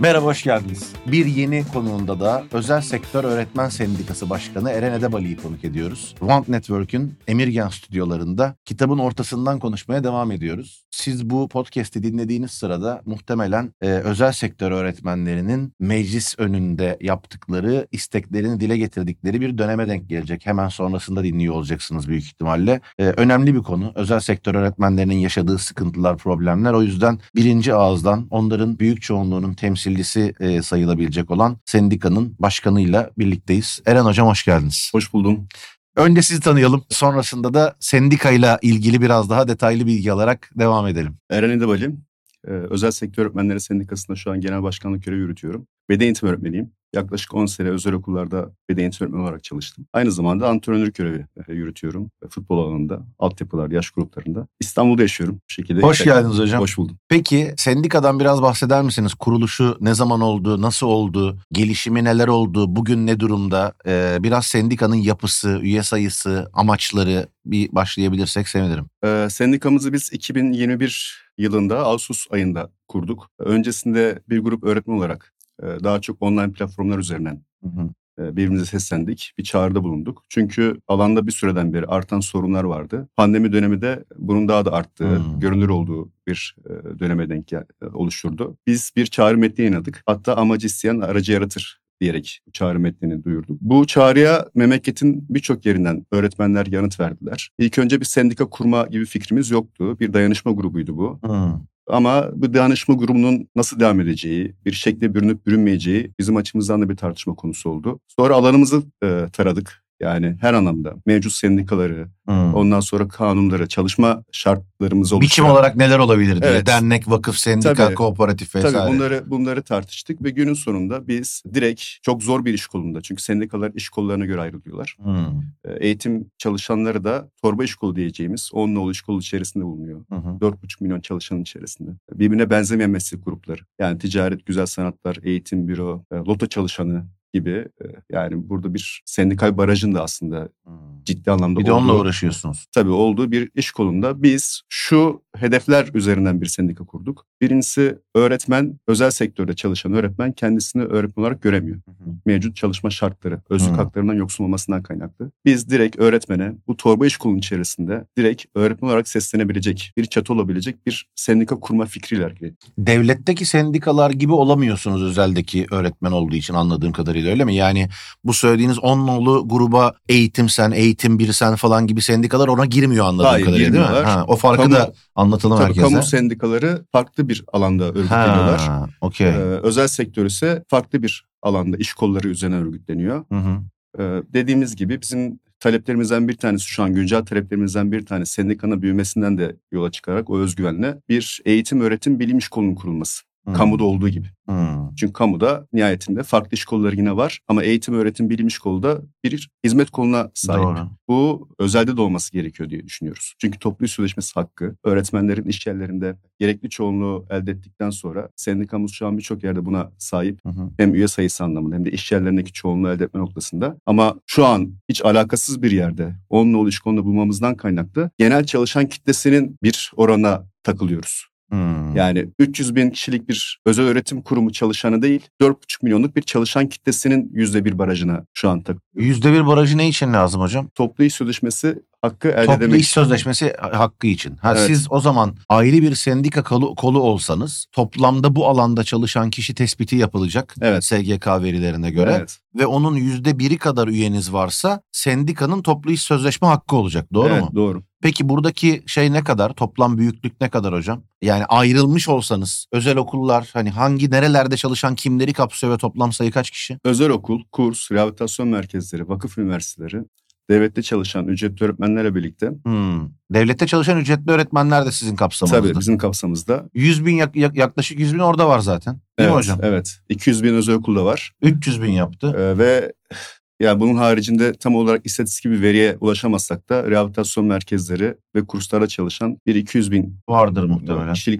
Merhaba, hoş geldiniz. Bir yeni konuğunda da Özel Sektör Öğretmen Sendikası Başkanı Eren Edebali'yi konuk ediyoruz. Want Network'ün Emirgan stüdyolarında kitabın ortasından konuşmaya devam ediyoruz. Siz bu podcast'i dinlediğiniz sırada muhtemelen özel sektör öğretmenlerinin meclis önünde yaptıkları, isteklerini dile getirdikleri bir döneme denk gelecek. Hemen sonrasında dinliyor olacaksınız büyük ihtimalle. Önemli bir konu. Özel sektör öğretmenlerinin yaşadığı sıkıntılar, problemler. O yüzden birinci ağızdan onların büyük çoğunluğunun temsilcisi sayılabilecek olan sendikanın başkanıyla birlikteyiz. Eren Hocam, hoş geldiniz. Hoş buldum. Önce sizi tanıyalım. Sonrasında da sendikayla ilgili biraz daha detaylı bilgi alarak devam edelim. Eren Edebali. Özel Sektör Öğretmenleri Sendikası'nda şu an genel başkanlık görevi yürütüyorum. Beden eğitim öğretmeniyim. Yaklaşık 10 sene özel okullarda beden eğitim öğretmeni olarak çalıştım. Aynı zamanda antrenörlük görevi yürütüyorum. Futbol alanında, altyapılar, yaş gruplarında. İstanbul'da yaşıyorum. Bu şekilde. Hoş geldiniz hocam. Hoş buldum. Peki sendikadan biraz bahseder misiniz? Kuruluşu ne zaman oldu, nasıl oldu, gelişimi neler oldu, bugün ne durumda? Biraz sendikanın yapısı, üye sayısı, amaçları bir başlayabilirsek sevinirim. Sendikamızı biz 2021 yılında Ağustos ayında kurduk. Öncesinde bir grup öğretmen olarak daha çok online platformlar üzerinden birbirimize seslendik. Bir çağrıda bulunduk. Çünkü alanda bir süreden beri artan sorunlar vardı. Pandemi dönemi de bunun daha da arttığı, görünür olduğu bir döneme oluşturdu. Biz bir çağrı metni yayınladık. Hatta amacı isteyen aracı yaratır diyerek çağrı metnini duyurduk. Bu çağrıya memleketin birçok yerinden öğretmenler yanıt verdiler. İlk önce bir sendika kurma gibi fikrimiz yoktu. Bir dayanışma grubuydu bu. Ama bu dayanışma grubunun nasıl devam edeceği, bir şekle bürünüp bürünmeyeceği bizim açımızdan da bir tartışma konusu oldu. Sonra alanımızı taradık. Yani her anlamda mevcut sendikaları, ondan sonra kanunları, çalışma şartlarımızı oluşturan. Biçim olarak neler olabilir diye. Evet. Dernek, vakıf, sendika, Tabii, kooperatif vesaire. Tabii bunları tartıştık ve günün sonunda biz direkt çok zor bir iş kolunda. Çünkü sendikalar iş kollarına göre ayrılıyorlar. Eğitim çalışanları da torba iş kolu diyeceğimiz 10 nolu iş kolu içerisinde bulunuyor. 4,5 milyon çalışanın içerisinde. Birbirine benzemeyen meslek grupları. Yani ticaret, güzel sanatlar, eğitim, büro, loto çalışanı gibi, yani burada bir sendikal barajın da aslında ciddi anlamda bir de onunla uğraşıyorsunuz. Tabii olduğu bir iş kolunda biz şu hedefler üzerinden bir sendika kurduk. Birincisi, öğretmen, özel sektörde çalışan öğretmen kendisini öğretmen olarak göremiyor. Mevcut çalışma şartları, özlük haklarından yoksun olmasından kaynaklı. Biz direkt öğretmene bu torba iş kolunun içerisinde direkt öğretmen olarak seslenebilecek, bir çatı olabilecek bir sendika kurma fikriyle hareket ettik. Devletteki sendikalar gibi olamıyorsunuz özeldeki öğretmen olduğu için, anladığım kadarıyla, öyle mi? Yani bu söylediğiniz 10 nolu gruba eğitim sen, eğitim bir sen falan gibi sendikalar ona girmiyor anladığım kadarıyla, değil mi? O farkı da anlatalım herkese. Kamu sendikaları farklı bir alanda örgütleniyorlar. Okay. Özel sektör ise farklı bir alanda iş kolları üzerine örgütleniyor. Dediğimiz gibi bizim taleplerimizden bir tanesi, şu an güncel taleplerimizden bir tanesi, sendikanın büyümesinden de yola çıkarak o özgüvenle bir eğitim, öğretim, bilim iş kolunun kurulması. Kamuda olduğu gibi. Çünkü kamuda nihayetinde farklı iş kolları yine var ama eğitim, öğretim, bilim iş kolu da bir hizmet koluna sahip. Doğru. Bu özelde de olması gerekiyor diye düşünüyoruz. Çünkü toplu iş sözleşmesi hakkı öğretmenlerin iş yerlerinde gerekli çoğunluğu elde ettikten sonra sendikamız şu an birçok yerde buna sahip. Hem üye sayısı anlamında hem de iş yerlerindeki çoğunluğu elde etme noktasında. Ama şu an hiç alakasız bir yerde 10 nolu iş kolunda bulmamızdan kaynaklı genel çalışan kitlesinin bir orana takılıyoruz. Yani 300 bin kişilik bir özel öğretim kurumu çalışanı değil, 4,5 milyonluk bir çalışan kitlesinin %1 barajına şu an takılıyor. %1 barajı ne için lazım hocam? Toplu iş sözleşmesi hakkı elde edemek. Toplu iş sözleşmesi hakkı için. Evet. Siz o zaman ayrı bir sendika kolu olsanız toplamda bu alanda çalışan kişi tespiti yapılacak. Evet. SGK verilerine göre. Evet. Ve onun %1'i kadar üyeniz varsa sendikanın toplu iş sözleşme hakkı olacak. Doğru mu? Evet, doğru. Peki buradaki şey ne kadar? Toplam büyüklük ne kadar hocam? Yani ayrılmış olsanız özel okullar hani nerelerde çalışan kimleri kapsıyor ve toplam sayı kaç kişi? Özel okul, kurs, rehabilitasyon merkezleri, vakıf üniversiteleri, devlette çalışan ücretli öğretmenlerle birlikte. Devlette çalışan ücretli öğretmenler de sizin kapsamınızda. Tabii bizim kapsamımızda. 100 bin yaklaşık 100 bin orada var zaten. Değil mi hocam? Evet. 200 bin özel okulda var. 300 bin yaptı. Ve yani bunun haricinde tam olarak istatistik bir veriye ulaşamazsak da rehabilitasyon merkezleri ve kurslara çalışan bir 200 bin vardır muhtemelen kişilik bir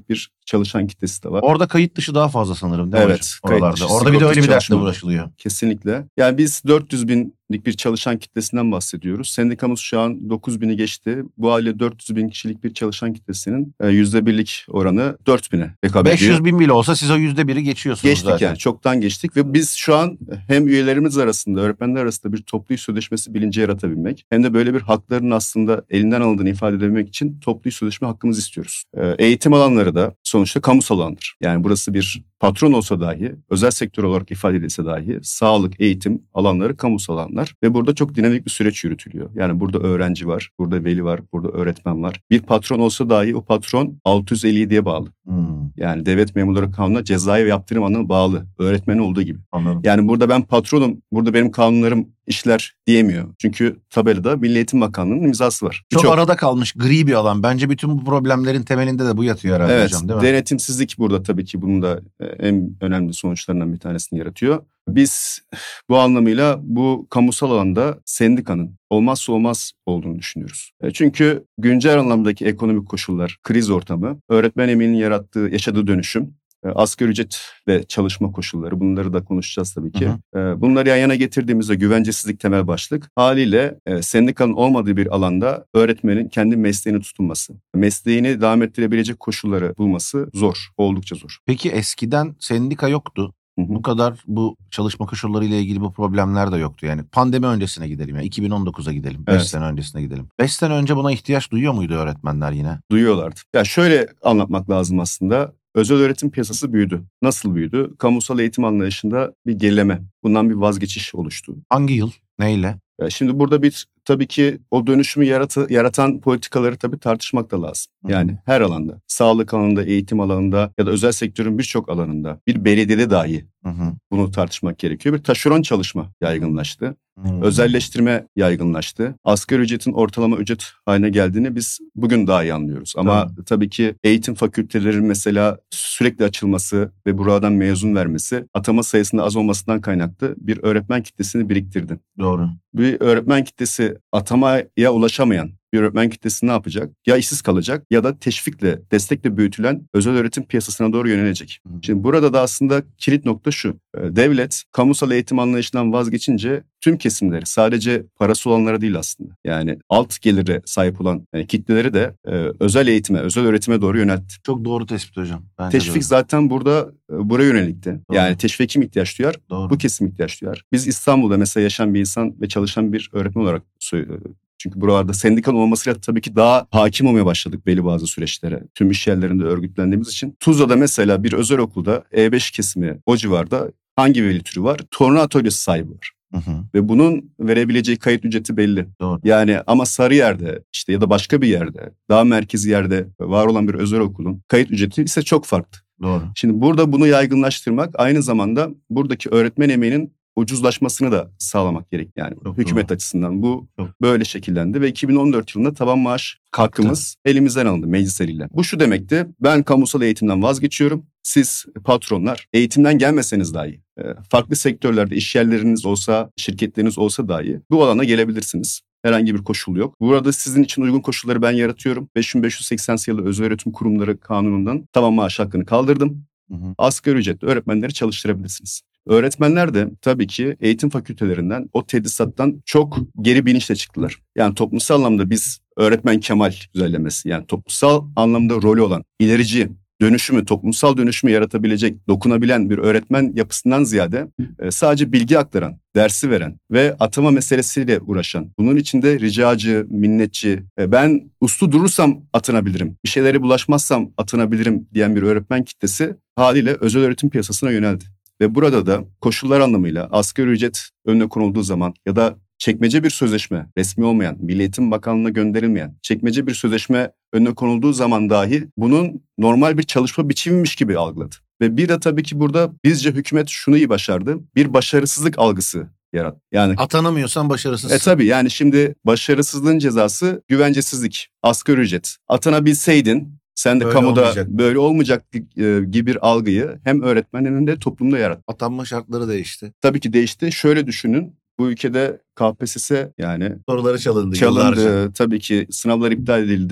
çalışan kitlesi de var. Orada kayıt dışı daha fazla sanırım değil mi Evet, hocam? kayıt Oralarda. dışı, Orada bir de öyle bir sigortasız dertle çalışma. uğraşılıyor. Kesinlikle. Yani biz 400 binlik bir çalışan kitlesinden bahsediyoruz. Sendikamız şu an 9 bini geçti. Bu haliyle 400 bin kişilik bir çalışan kitlesinin %1'lik oranı 4 bine rekabet ediyor. 500 bin bile olsa siz o %1'i geçiyorsunuz Geçtik zaten. yani, çoktan geçtik ve biz şu an hem üyelerimiz arasında, öğretmenler arasında bir toplu iş sözleşmesi bilinci yaratabilmek hem de böyle bir haklarının aslında elinden alındığını ifade edebilmek için toplu iş sözleşme hakkımızı istiyoruz. Eğitim alanları da sonuçta kamusal alandır. Yani burası bir patron olsa dahi, özel sektör olarak ifade edilse dahi sağlık, eğitim alanları kamusal alanlar ve burada çok dinamik bir süreç yürütülüyor. Yani burada öğrenci var, burada veli var, burada öğretmen var. Bir patron olsa dahi o patron 657'ye bağlı. Yani devlet memurları kanununa cezai ve yaptırım anına bağlı. Öğretmen olduğu gibi. Anladım. Yani burada ben patronum, burada benim kanunlarım işler diyemiyor. Çünkü tabelada Milli Eğitim Bakanlığı'nın imzası var. Çok arada kalmış gri bir alan. Bence bütün bu problemlerin temelinde de bu yatıyor herhalde Evet, hocam değil mi? denetimsizlik burada tabii ki bunun da en önemli sonuçlarından bir tanesini yaratıyor. Biz bu anlamıyla bu kamusal alanda sendikanın olmazsa olmaz olduğunu düşünüyoruz. Çünkü güncel anlamdaki ekonomik koşullar, kriz ortamı, öğretmen emeğinin yaşadığı dönüşüm, asgari ücret ve çalışma koşulları, bunları da konuşacağız tabii ki. Bunları yan yana getirdiğimizde güvencesizlik temel başlık. Haliyle sendikanın olmadığı bir alanda öğretmenin kendi mesleğini tutunması, mesleğini devam ettirebilecek koşulları bulması zor, oldukça zor. Peki eskiden sendika yoktu. Bu kadar bu çalışma koşullarıyla ilgili bu problemler de yoktu. Yani pandemi öncesine gidelim ya. 2019'a gidelim. 5 Evet. sene öncesine gidelim. 5 sene önce buna ihtiyaç duyuyor muydu öğretmenler yine? Duyuyorlardı. Ya şöyle anlatmak lazım aslında. Özel öğretim piyasası büyüdü. Nasıl büyüdü? Kamusal eğitim anlayışında bir gerileme. Bundan bir vazgeçiş oluştu. Hangi yıl? Neyle? Şimdi burada tabii ki o dönüşümü yaratan politikaları tabii tartışmak da lazım. Yani her alanda, sağlık alanında, eğitim alanında ya da özel sektörün birçok alanında, bir belediyede dahi bunu tartışmak gerekiyor. Bir taşeron çalışma yaygınlaştı. Özelleştirme yaygınlaştı. Asgari ücretin ortalama ücret haline geldiğini biz bugün daha iyi anlıyoruz. Ama tabii ki eğitim fakültelerinin mesela sürekli açılması ve buradan mezun vermesi atama sayısının az olmasından kaynaklı bir öğretmen kitlesini biriktirdi. Doğru. Bir öğretmen kitlesi atamaya ulaşamayan bir öğretmen kitlesi ne yapacak? Ya işsiz kalacak ya da teşvikle, destekle büyütülen özel öğretim piyasasına doğru yönelecek. Şimdi burada da aslında kilit nokta şu. Devlet kamusal eğitim anlayışından vazgeçince tüm kesimleri, sadece parası olanlara değil aslında. Yani alt gelire sahip olan kitleleri de özel eğitime, özel öğretime doğru yöneltti. Çok doğru tespit hocam. Bence Teşvik zaten burada buraya yönelikti. Doğru. Yani teşvik kim ihtiyaç duyar? Doğru. Bu kesim ihtiyaç duyar. Biz İstanbul'da mesela yaşayan bir insan ve çalışan bir öğretmen olarak çünkü buralarda sendikanın olmasıyla tabii ki daha hakim olmaya başladık belli bazı süreçlere. Tüm iş yerlerinde örgütlendiğimiz için. Tuzla'da mesela bir özel okulda E5 kesimi o civarda hangi veli türü var? Torna atölyesi sahibi var. Ve bunun verebileceği kayıt ücreti belli. Doğru. Yani ama Sarıyer'de işte ya da başka bir yerde, daha merkezi yerde var olan bir özel okulun kayıt ücreti ise çok farklı. Doğru. Şimdi burada bunu yaygınlaştırmak aynı zamanda buradaki öğretmen emeğinin ucuzlaşmasını da sağlamak gerek. Yani Çok hükümet doğru. açısından bu Çok. böyle şekillendi ve 2014 yılında taban maaş hakkımız elimizden alındı meclis eliyle. Bu şu demekti: ben kamusal eğitimden vazgeçiyorum. Siz patronlar eğitimden gelmeseniz dahi farklı sektörlerde iş yerleriniz olsa, şirketleriniz olsa dahi bu alana gelebilirsiniz. Herhangi bir koşul yok. Burada sizin için uygun koşulları ben yaratıyorum. 5580 sayılı Özelöğretim Kurumları Kanunu'ndan taban maaş hakkını kaldırdım. Asgari ücretli öğretmenleri çalıştırabilirsiniz. Öğretmenler de tabii ki eğitim fakültelerinden, o tedrisattan çok geri bilinçle çıktılar. Yani toplumsal anlamda biz öğretmen kemal düzenlemesi, yani toplumsal anlamda rolü olan, ilerici, dönüşümü, toplumsal dönüşümü yaratabilecek, dokunabilen bir öğretmen yapısından ziyade sadece bilgi aktaran, dersi veren ve atama meselesiyle uğraşan, bunun içinde ricacı, minnetçi, ben uslu durursam atanabilirim, bir şeylere bulaşmazsam atanabilirim diyen bir öğretmen kitlesi haliyle özel öğretim piyasasına yöneldi. Ve burada da koşullar anlamıyla asgari ücret önüne konulduğu zaman ya da çekmece bir sözleşme, resmi olmayan, Milli Eğitim Bakanlığı'na gönderilmeyen çekmece bir sözleşme önüne konulduğu zaman dahi bunun normal bir çalışma biçimiymiş gibi algıladı. Ve bir de tabii ki burada bizce hükümet şunu iyi başardı: bir başarısızlık algısı yarattı. Yani atanamıyorsan başarısızsın. tabii yani şimdi başarısızlığın cezası güvencesizlik, asgari ücret. Atanabilseydin sen de Böyle kamuda olmayacak. böyle olmayacak gibi bir algıyı hem öğretmenin hem de toplumda yarattı. Atanma şartları değişti. Tabii ki değişti. Şöyle düşünün. Bu ülkede KPSS yani Soruları çalındı yıllarca. çalındı. Tabii ki sınavlar iptal edildi.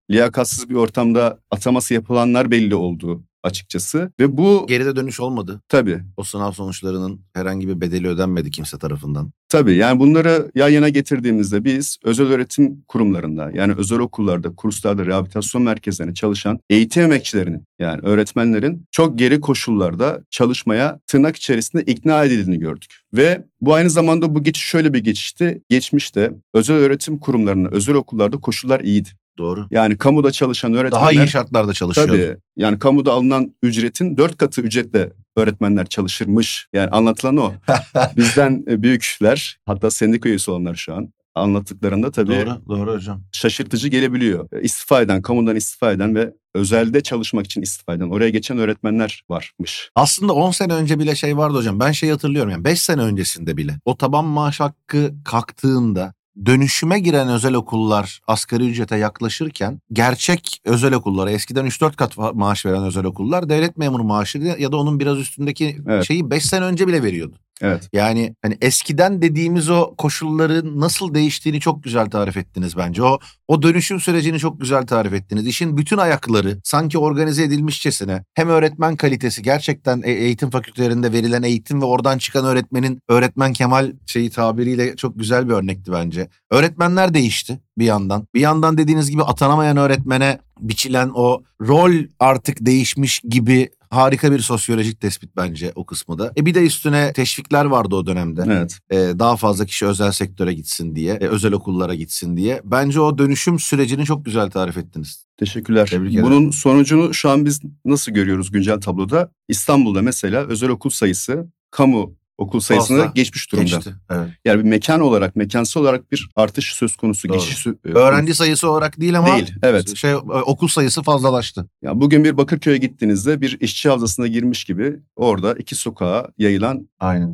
liyakatsız bir ortamda ataması yapılanlar belli oldu açıkçası. Ve bu Geride dönüş olmadı. tabii. O sınav sonuçlarının herhangi bir bedeli ödenmedi kimse tarafından. Tabii yani bunları yan yana getirdiğimizde biz özel öğretim kurumlarında yani özel okullarda, kurslarda, rehabilitasyon merkezlerinde çalışan eğitim emekçilerinin yani öğretmenlerin çok geri koşullarda çalışmaya tırnak içerisinde ikna edildiğini gördük. Ve bu aynı zamanda bu geçiş şöyle bir geçişti. Geçmişte özel öğretim kurumlarında, özel okullarda koşullar iyiydi. Doğru. Yani kamuda çalışan öğretmenler... Daha iyi şartlarda çalışıyordu. Tabii yani kamuda alınan ücretin 4 katı ücretle öğretmenler çalışırmış. Yani anlatılan o. Bizden büyükler, hatta sendika üyesi olanlar şu an anlattıklarında tabii Doğru hocam. şaşırtıcı gelebiliyor. İstifa eden, kamudan istifa eden ve özelde çalışmak için istifa eden, oraya geçen öğretmenler varmış. Aslında 10 sene önce bile şey vardı hocam. Ben hatırlıyorum yani 5 sene öncesinde bile. O taban maaş hakkı kalktığında dönüşüme giren özel okullar asgari ücrete yaklaşırken gerçek özel okullara eskiden 3-4 kat maaş veren özel okullar devlet memuru maaşı ya da onun biraz üstündeki şeyi 5 sene önce bile veriyordu. Evet. Yani hani eskiden dediğimiz o koşulların nasıl değiştiğini çok güzel tarif ettiniz bence. O dönüşüm sürecini çok güzel tarif ettiniz. İşin bütün ayakları sanki organize edilmişçesine hem öğretmen kalitesi gerçekten eğitim fakültelerinde verilen eğitim ve oradan çıkan öğretmenin öğretmen Kemal tabiriyle çok güzel bir örnekti bence. Öğretmenler değişti bir yandan. Bir yandan dediğiniz gibi atanamayan öğretmene biçilen o rol artık değişmiş gibi harika bir sosyolojik tespit bence o kısmı da. Bir de üstüne teşvikler vardı o dönemde. Evet. Daha fazla kişi özel sektöre gitsin diye, özel okullara gitsin diye. Bence o dönüşüm sürecini çok güzel tarif ettiniz. Teşekkürler. Tebrik ederim. Bunun sonucunu şu an biz nasıl görüyoruz güncel tabloda? İstanbul'da mesela özel okul sayısı kamu okul sayısına geçmiş durumda. Geçti, evet. Yani bir mekan olarak, mekansal olarak bir artış söz konusu. Öğrenci sayısı olarak değil ama evet. Okul sayısı fazlalaştı. Ya bugün bir Bakırköy'e gittiğinizde bir işçi havzasına girmiş gibi orada 2 sokağa yayılan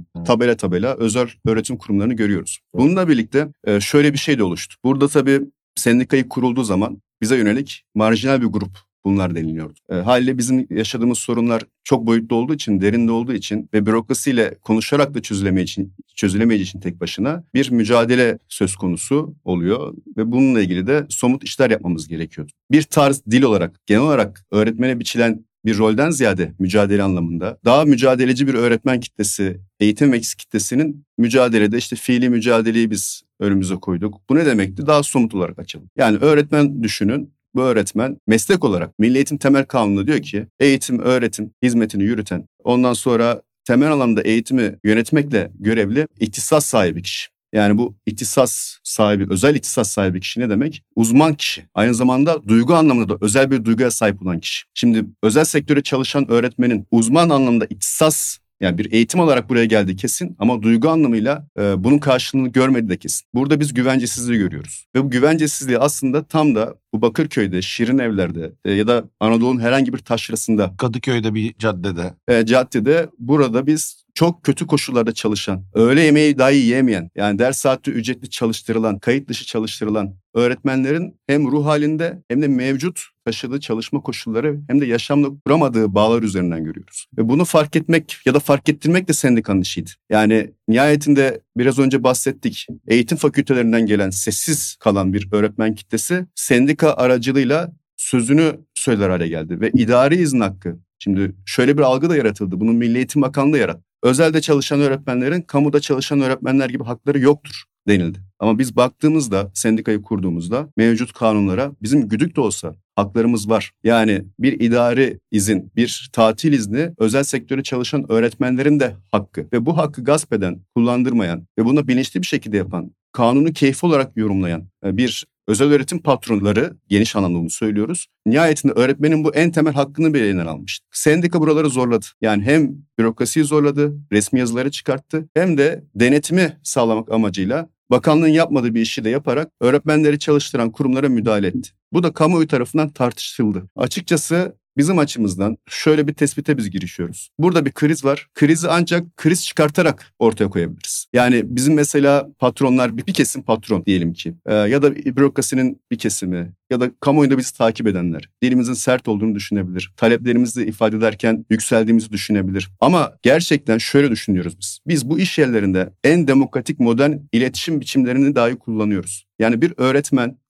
tabela özel öğretim kurumlarını görüyoruz. Bununla birlikte şöyle bir şey de oluştu. Burada tabii sendikayı kurulduğu zaman bize yönelik marjinal bir grup bunlar deniliyordu. Haliyle bizim yaşadığımız sorunlar çok boyutlu olduğu için, derinde olduğu için ve bürokrasiyle konuşarak da çözülemeyeceği için tek başına bir mücadele söz konusu oluyor ve bununla ilgili de somut işler yapmamız gerekiyordu. Bir tarz dil olarak, genel olarak öğretmene biçilen bir rolden ziyade mücadele anlamında daha mücadeleci bir öğretmen kitlesi, eğitim ve kitlesinin mücadelede fiili mücadeleyi biz önümüze koyduk. Bu ne demekti? Daha somut olarak açalım. Yani öğretmen düşünün. Bu öğretmen meslek olarak Milli Eğitim Temel Kanunu diyor ki eğitim, öğretim hizmetini yürüten, ondan sonra temel alanda eğitimi yönetmekle görevli ihtisas sahibi kişi. Yani bu ihtisas sahibi, özel ihtisas sahibi kişi ne demek? Uzman kişi. Aynı zamanda duygu anlamında da özel bir duyguya sahip olan kişi. Şimdi özel sektöre çalışan öğretmenin uzman anlamda ihtisas, yani bir eğitim olarak buraya geldi kesin ama duygu anlamıyla bunun karşılığını görmedi de kesin. Burada biz güvencesizliği görüyoruz. Ve bu güvencesizliği aslında tam da bu Bakırköy'de, Şirinevler'de ya da Anadolu'nun herhangi bir taşrasında, Kadıköy'de bir caddede. Caddede burada biz çok kötü koşullarda çalışan, öğle yemeği dahi yiyemeyen, yani ders saati ücretli çalıştırılan, kayıt dışı çalıştırılan öğretmenlerin hem ruh halinde hem de mevcut taşıdığı çalışma koşulları hem de yaşamla kuramadığı bağlar üzerinden görüyoruz. Ve bunu fark etmek ya da fark ettirmek de sendikanın işiydi. Yani nihayetinde biraz önce bahsettik. Eğitim fakültelerinden gelen sessiz kalan bir öğretmen kitlesi sendika aracılığıyla sözünü söyler hale geldi. Ve idari izin hakkı. Şimdi şöyle bir algı da yaratıldı. Bunun Milli Eğitim Bakanlığı yarattı. Özelde çalışan öğretmenlerin kamuda çalışan öğretmenler gibi hakları yoktur denildi. Ama biz baktığımızda, sendikayı kurduğumuzda mevcut kanunlara bizim güdük de olsa haklarımız var. Yani bir idari izin, bir tatil izni özel sektöre çalışan öğretmenlerin de hakkı. Ve bu hakkı gasp eden, kullandırmayan ve bunu bilinçli bir şekilde yapan, kanunu keyfi olarak yorumlayan bir özel öğretim patronları, geniş anlamda bunu söylüyoruz. Nihayetinde öğretmenin bu en temel hakkını bir elinden almıştı. Sendika buraları zorladı. Yani hem bürokrasiyi zorladı, resmi yazıları çıkarttı hem de denetimi sağlamak amacıyla bakanlığın yapmadığı bir işi de yaparak öğretmenleri çalıştıran kurumlara müdahale etti. Bu da kamuoyu tarafından tartışıldı. Açıkçası bizim açımızdan şöyle bir tespite biz girişiyoruz. Burada bir kriz var. Krizi ancak kriz çıkartarak ortaya koyabiliriz. Yani bizim mesela patronlar, bir kesim patron diyelim ki ya da bürokrasinin bir kesimi ya da kamuoyunda bizi takip edenler dilimizin sert olduğunu düşünebilir. Taleplerimizi ifade ederken yükseldiğimizi düşünebilir. Ama gerçekten şöyle düşünüyoruz biz. Biz bu iş yerlerinde en demokratik modern iletişim biçimlerini dahi kullanıyoruz. Yani bir öğretmen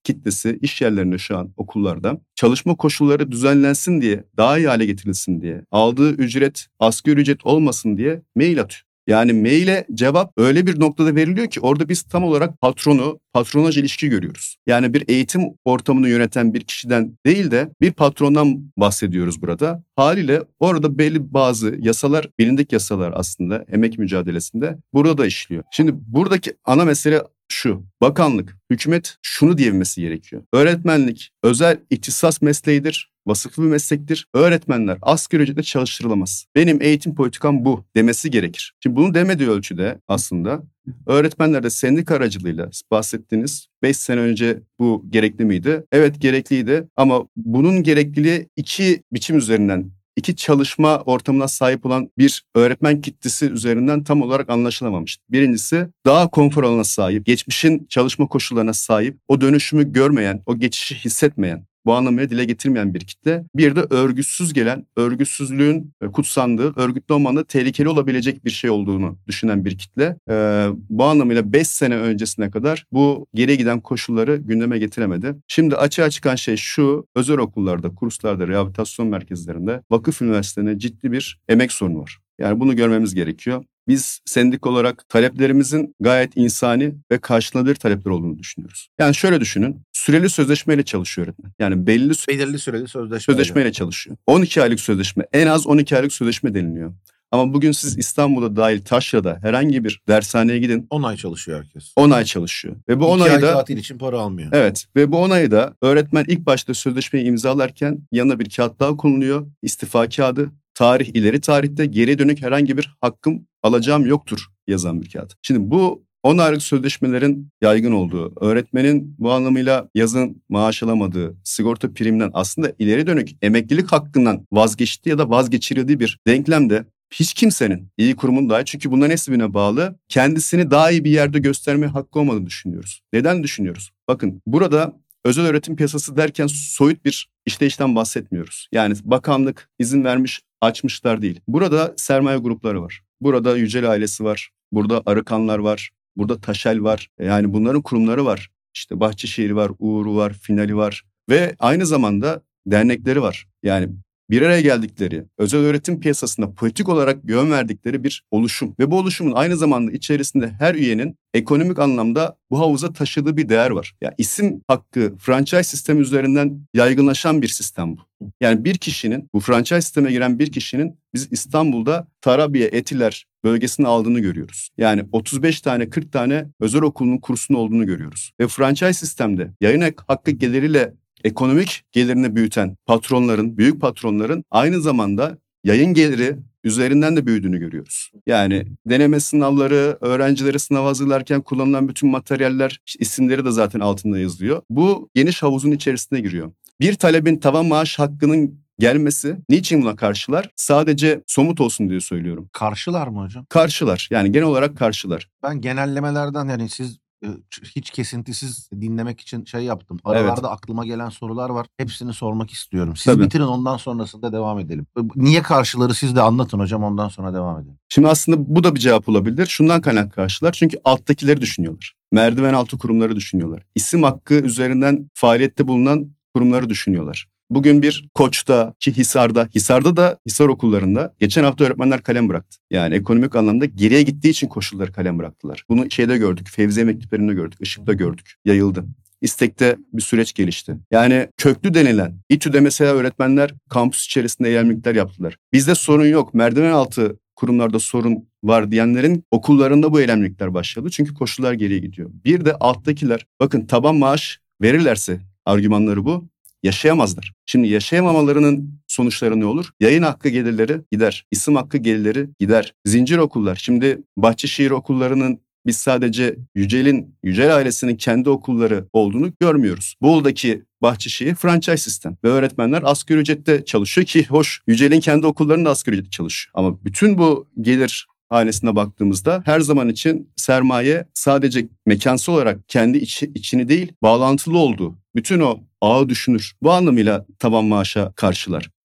kitlesi iş yerlerinde şu an okullarda çalışma koşulları düzenlensin diye, daha iyi hale getirilsin diye, aldığı ücret asgari ücret olmasın diye mail atıyor. Yani maile cevap öyle bir noktada veriliyor ki orada biz tam olarak patronaj ilişki görüyoruz. Yani bir eğitim ortamını yöneten bir kişiden değil de bir patrondan bahsediyoruz burada. Haliyle orada belli bazı yasalar, bilindik yasalar aslında emek mücadelesinde burada da işliyor. Şimdi buradaki ana mesele şu: bakanlık, hükümet şunu diyebilmesi gerekiyor: öğretmenlik özel ihtisas mesleğidir, vasıflı bir meslektir. Öğretmenler asgari ücretle çalıştırılamaz. Benim eğitim politikam bu demesi gerekir. Şimdi bunu demediği ölçüde aslında öğretmenler de sendika aracılığıyla bahsettiğiniz 5 sene önce bu gerekli miydi? Evet, gerekliydi ama bunun gerekliliği iki biçim üzerinden, iki çalışma ortamına sahip olan bir öğretmen kitlesi üzerinden tam olarak anlaşılamamıştı. Birincisi, daha konfor alanına sahip, geçmişin çalışma koşullarına sahip, o dönüşümü görmeyen, o geçişi hissetmeyen, bu anlamıyla dile getirmeyen bir kitle. Bir de örgütsüz gelen, örgütsüzlüğün kutsandığı, örgütlü olmanın da tehlikeli olabilecek bir şey olduğunu düşünen bir kitle. Bu anlamıyla 5 sene öncesine kadar bu geriye giden koşulları gündeme getiremedi. Şimdi açığa çıkan şey şu: özel okullarda, kurslarda, rehabilitasyon merkezlerinde, vakıf üniversitelerinde ciddi bir emek sorunu var. Yani bunu görmemiz gerekiyor. Biz sendik olarak taleplerimizin gayet insani ve karşılanabilir talepler olduğunu düşünüyoruz. Yani şöyle düşünün: süreli sözleşmeyle çalışıyor öğretmen. Yani belirli süreli sözleşmeyle. sözleşmeyle çalışıyor. 12 aylık sözleşme, en az 12 aylık sözleşme deniliyor. Ama bugün siz İstanbul'da dahil Taşra'da herhangi bir dershaneye gidin. 10 ay çalışıyor herkes. 10 ay çalışıyor. Ve bu 10 2 ay ayda tatil için para almıyor. evet, ve bu 10 ayda öğretmen ilk başta sözleşmeyi imzalarken yanına bir kağıt daha konuluyor: İstifa kağıdı. Tarih ileri tarihte, geriye dönük herhangi bir hakkım, alacağım yoktur yazan bir kağıt. Şimdi bu 10 aylık sözleşmelerin yaygın olduğu, öğretmenin bu anlamıyla yazın maaş alamadığı, sigorta priminden, aslında ileri dönük emeklilik hakkından vazgeçtiği ya da vazgeçirildiği bir denklemde hiç kimsenin, iyi kurumun dahi, çünkü bunların hepsine bağlı, kendisini daha iyi bir yerde gösterme hakkı olmadığını düşünüyoruz. Neden düşünüyoruz? Bakın, burada özel öğretim piyasası derken soyut bir işleyişten bahsetmiyoruz. Yani bakanlık izin vermiş, açmışlar değil. Burada sermaye grupları var. Burada Yücel ailesi var. Burada Arıkanlar var. Burada Taşel var. Yani bunların kurumları var. İşte Bahçeşehir var, Uğur'u var, Finali var. Ve aynı zamanda dernekleri var. Yani bir araya geldikleri, özel öğretim piyasasında politik olarak yön verdikleri bir oluşum. Ve bu oluşumun aynı zamanda içerisinde her üyenin ekonomik anlamda bu havuza taşıdığı bir değer var. Yani isim hakkı franchise sistemi üzerinden yaygınlaşan bir sistem bu. Yani bir kişinin, bu franchise sisteme giren bir kişinin biz İstanbul'da Tarabiye, Etiler bölgesini aldığını görüyoruz. Yani 35 tane, 40 tane özel okulun kursunun olduğunu görüyoruz. Ve franchise sistemde yayın hakkı geliriyle ekonomik gelirini büyüten patronların, büyük patronların aynı zamanda yayın geliri üzerinden de büyüdüğünü görüyoruz. Yani deneme sınavları, öğrencileri sınav hazırlarken kullanılan bütün materyaller, isimleri de zaten altında yazılıyor. Bu geniş havuzun içerisine giriyor. Bir talebin tavan maaş hakkının gelmesi, niçin buna karşılar? Sadece somut olsun diye söylüyorum. Karşılar mı hocam? Karşılar. Yani genel olarak karşılar. Ben genellemelerden, yani siz hiç kesintisiz dinlemek için şey yaptım. Aralarda aklıma gelen sorular var. Hepsini sormak istiyorum. Siz Tabii. bitirin, ondan sonrasında devam edelim. Niye karşıları siz de anlatın hocam, ondan sonra devam edelim. Şimdi aslında bu da bir cevap olabilir. Şundan kaynaklı karşılar: çünkü alttakileri düşünüyorlar. Merdiven altı kurumları düşünüyorlar. İsim hakkı üzerinden faaliyette bulunan kurumları düşünüyorlar. Bugün bir Koç'ta, ki Hisar'da da, Hisar okullarında geçen hafta öğretmenler kalem bıraktı. Yani ekonomik anlamda geriye gittiği için koşulları kalem bıraktılar. Bunu şeyde gördük, Fevziye mektuplarında gördük, Işık'ta gördük, yayıldı. İstek'te bir süreç gelişti. Yani köklü denilen, İTÜ'de mesela öğretmenler kampüs içerisinde eylemlikler yaptılar. Bizde sorun yok, merdiven altı kurumlarda sorun var diyenlerin okullarında bu eylemlikler başladı. Çünkü koşullar geriye gidiyor. Bir de alttakiler, bakın, taban maaş verirlerse, argümanları bu, yaşayamazlar. Şimdi yaşayamamalarının sonuçları ne olur? Yayın hakkı gelirleri gider. İsim hakkı gelirleri gider. Zincir okullar. Şimdi Bahçeşehir okullarının biz sadece Yücel ailesinin kendi okulları olduğunu görmüyoruz. Bolu'daki Bahçeşehir franchise sistem ve öğretmenler asgari ücrette çalışıyor ki hoş, Yücel'in kendi okullarında asgari ücrette çalışıyor. Ama bütün bu gelir hanesine baktığımızda her zaman için sermaye sadece mekansal olarak kendi içini değil, bağlantılı olduğu bütün o ağı düşünür. Bu anlamıyla taban maaşa karşılar.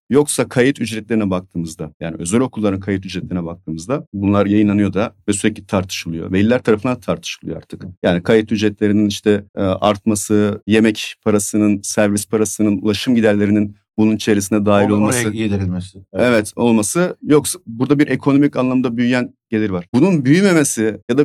Yoksa kayıt ücretlerine baktığımızda, yani özel okulların kayıt ücretlerine baktığımızda bunlar yayınlanıyor da ve sürekli tartışılıyor. Veliler tarafından tartışılıyor artık. Yani kayıt ücretlerinin işte artması, yemek parasının, servis parasının, ulaşım giderlerinin bunun içerisine dahil olması. Oraya yedirilmesi. Evet, olması. Yoksa burada bir ekonomik anlamda büyüyen gelir var. Bunun büyümemesi ya da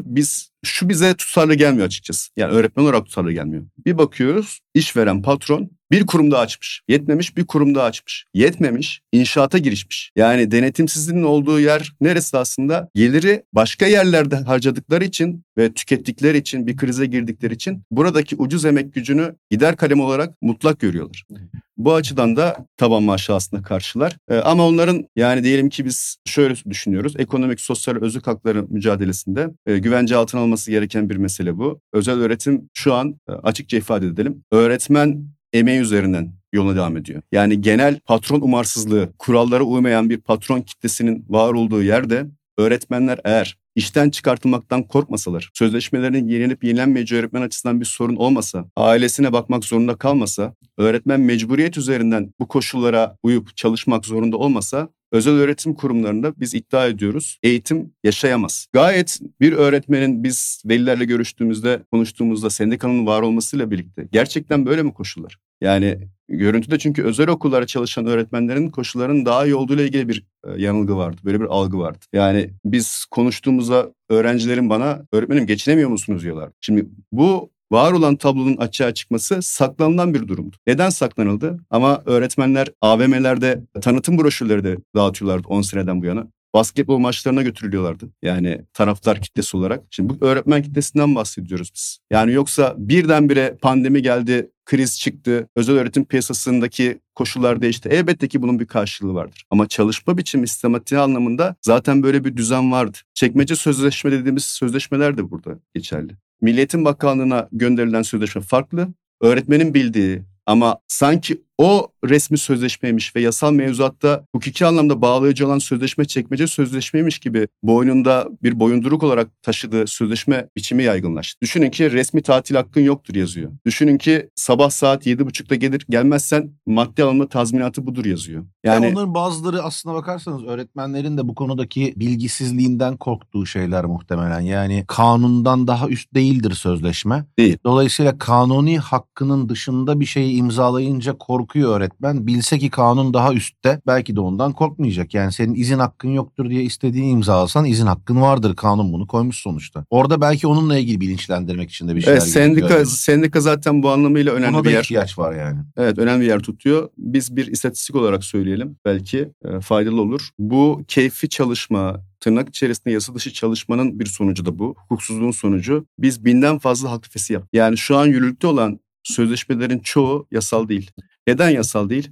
bize tutarlı gelmiyor açıkçası. Yani öğretmen olarak tutarlı gelmiyor. Bir bakıyoruz, işveren patron bir kurum daha açmış. Yetmemiş, bir kurum daha açmış. Yetmemiş, inşaata girişmiş. Yani denetimsizliğin olduğu yer neresi aslında? Geliri başka yerlerde harcadıkları için ve tükettikleri için, bir krize girdikleri için buradaki ucuz emek gücünü gider kalemi olarak mutlak görüyorlar. Bu açıdan da taban maaşı aslında karşılar. Ama onların, yani diyelim ki biz şöyle düşünüyoruz. Ekonomik, sosyal, özlük hakları mücadelesinde güvence altına alınması gereken bir mesele bu. Özel öğretim şu an açıkça ifade edelim. Öğretmen emeği üzerinden yoluna devam ediyor. Yani genel patron umarsızlığı, kurallara uymayan bir patron kitlesinin var olduğu yerde öğretmenler eğer işten çıkartılmaktan korkmasalar, sözleşmelerinin yenilip yenilenmeyeceği öğretmen açısından bir sorun olmasa, ailesine bakmak zorunda kalmasa, öğretmen mecburiyet üzerinden bu koşullara uyup çalışmak zorunda olmasa, özel öğretim kurumlarında biz iddia ediyoruz, eğitim yaşayamaz. Gayet bir öğretmenin biz velilerle görüştüğümüzde, konuştuğumuzda sendikanın var olmasıyla birlikte gerçekten böyle mi koşullar? Yani görüntüde çünkü özel okullara çalışan öğretmenlerin koşullarının daha iyi olduğuyla ilgili bir yanılgı vardı. Böyle bir algı vardı. Yani biz konuştuğumuzda öğrencilerin bana öğretmenim geçinemiyor musunuz diyorlar. Şimdi bu var olan tablonun açığa çıkması saklanılan bir durumdu. Neden saklanıldı? Ama öğretmenler AVM'lerde tanıtım broşürleri de dağıtıyorlardı 10 seneden bu yana. Basketbol maçlarına götürülüyorlardı. Yani taraftar kitlesi olarak. Şimdi bu öğretmen kitlesinden bahsediyoruz biz. Yani yoksa birdenbire pandemi geldi, kriz çıktı, özel öğretim piyasasındaki koşullar değişti. Elbette ki bunun bir karşılığı vardır. Ama çalışma biçimi sistematiği anlamında zaten böyle bir düzen vardı. Çekmece sözleşme dediğimiz sözleşmeler de burada geçerli. Milli Eğitim Bakanlığı'na gönderilen sözleşme farklı. Öğretmenin bildiği ama sanki o resmi sözleşmeymiş ve yasal mevzuatta hukuki anlamda bağlayıcı olan sözleşme çekmece sözleşmeymiş gibi boynunda bir boyunduruk olarak taşıdığı sözleşme biçimi yaygınlaştı. Düşünün ki resmi tatil hakkın yoktur yazıyor. Düşünün ki sabah saat 7.30'da gelmezsen maddi alımlı tazminatı budur yazıyor. Yani onların bazıları aslına bakarsanız öğretmenlerin de bu konudaki bilgisizliğinden korktuğu şeyler muhtemelen. Yani kanundan daha üst değildir sözleşme. Değil. Dolayısıyla kanuni hakkının dışında bir şeyi imzalayınca korkuyor öğretmen. Bilse ki kanun daha üstte belki de ondan korkmayacak. Yani senin izin hakkın yoktur diye istediğini imzalasan izin hakkın vardır. Kanun bunu koymuş sonuçta. Orada belki onunla ilgili bilinçlendirmek için de bir şeyler sendika zaten bu anlamıyla önemli Buna bir yer. ihtiyaç var yani. Evet, önemli bir yer tutuyor. Biz bir istatistik olarak söyleyelim. Belki faydalı olur. Bu keyfi çalışma, tırnak içerisinde yasa dışı çalışmanın bir sonucu da bu. Hukuksuzluğun sonucu. Biz 1000'den fazla hak tefesi yaptık. Yani şu an yürürlükte olan sözleşmelerin çoğu yasal değil. Neden yasal değil?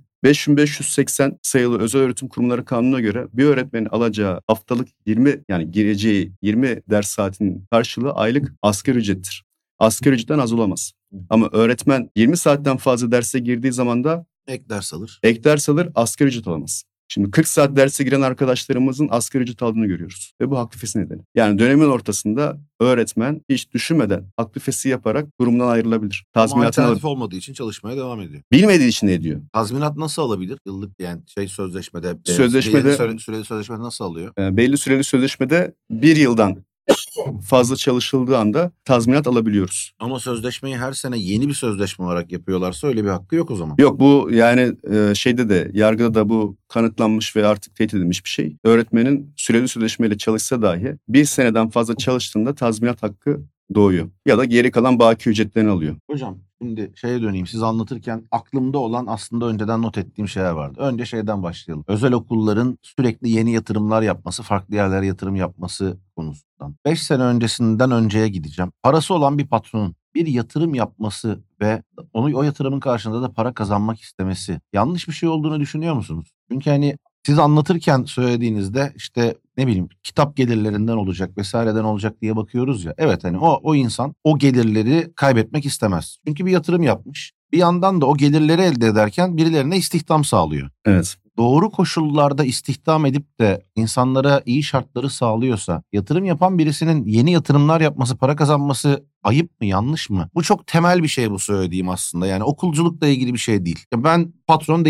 5580 sayılı Özel Öğretim Kurumları Kanunu'na göre bir öğretmenin alacağı haftalık 20 yani gireceği 20 ders saatinin karşılığı aylık asgari ücrettir. Asgari ücretten az olamaz. Ama öğretmen 20 saatten fazla derse girdiği zaman da Ek ders alır. Ek ders alır, asgari ücret alamaz. Şimdi 40 saat derse giren arkadaşlarımızın asgari ücret aldığını görüyoruz. Ve bu hak tefesi nedeni. Yani dönemin ortasında öğretmen hiç düşünmeden hak tefesi yaparak kurumdan ayrılabilir. Ama Tazminatını alternatif olmadığı için çalışmaya devam ediyor. bilmediği için ne ediyor? Tazminat nasıl alabilir? Yıllık yani sözleşmede. Süreli sözleşmede nasıl alıyor? Belli süreli sözleşmede 1 yıldan fazla çalışıldığı anda tazminat alabiliyoruz. Ama sözleşmeyi her sene yeni bir sözleşme olarak yapıyorlarsa öyle bir hakkı yok o zaman. Yok, bu yani şeyde de, yargıda da bu kanıtlanmış ve artık teyit edilmiş bir şey. Öğretmenin süreli sözleşmeyle çalışsa dahi 1 seneden fazla çalıştığında tazminat hakkı doğuyor. Ya da geri kalan baki ücretlerini alıyor. Hocam şimdi şeye döneyim. Siz anlatırken aklımda olan aslında önceden not ettiğim şeyler vardı. Önce şeyden başlayalım. Özel okulların sürekli yeni yatırımlar yapması, farklı yerlere yatırım yapması konusundan. 5 sene öncesinden önceye gideceğim. Parası olan bir patronun bir yatırım yapması ve o yatırımın karşılığında da para kazanmak istemesi yanlış bir şey olduğunu düşünüyor musunuz? Çünkü hani siz anlatırken söylediğinizde işte ne bileyim kitap gelirlerinden olacak vesaireden olacak diye bakıyoruz ya. Evet hani o insan o gelirleri kaybetmek istemez. Çünkü bir yatırım yapmış. Bir yandan da o gelirleri elde ederken birilerine istihdam sağlıyor. Evet. Doğru koşullarda istihdam edip de insanlara iyi şartları sağlıyorsa yatırım yapan birisinin yeni yatırımlar yapması, para kazanması ayıp mı, yanlış mı? Bu çok temel bir şey bu söylediğim aslında. Yani okulculukla ilgili bir şey değil. Ben patron değilim.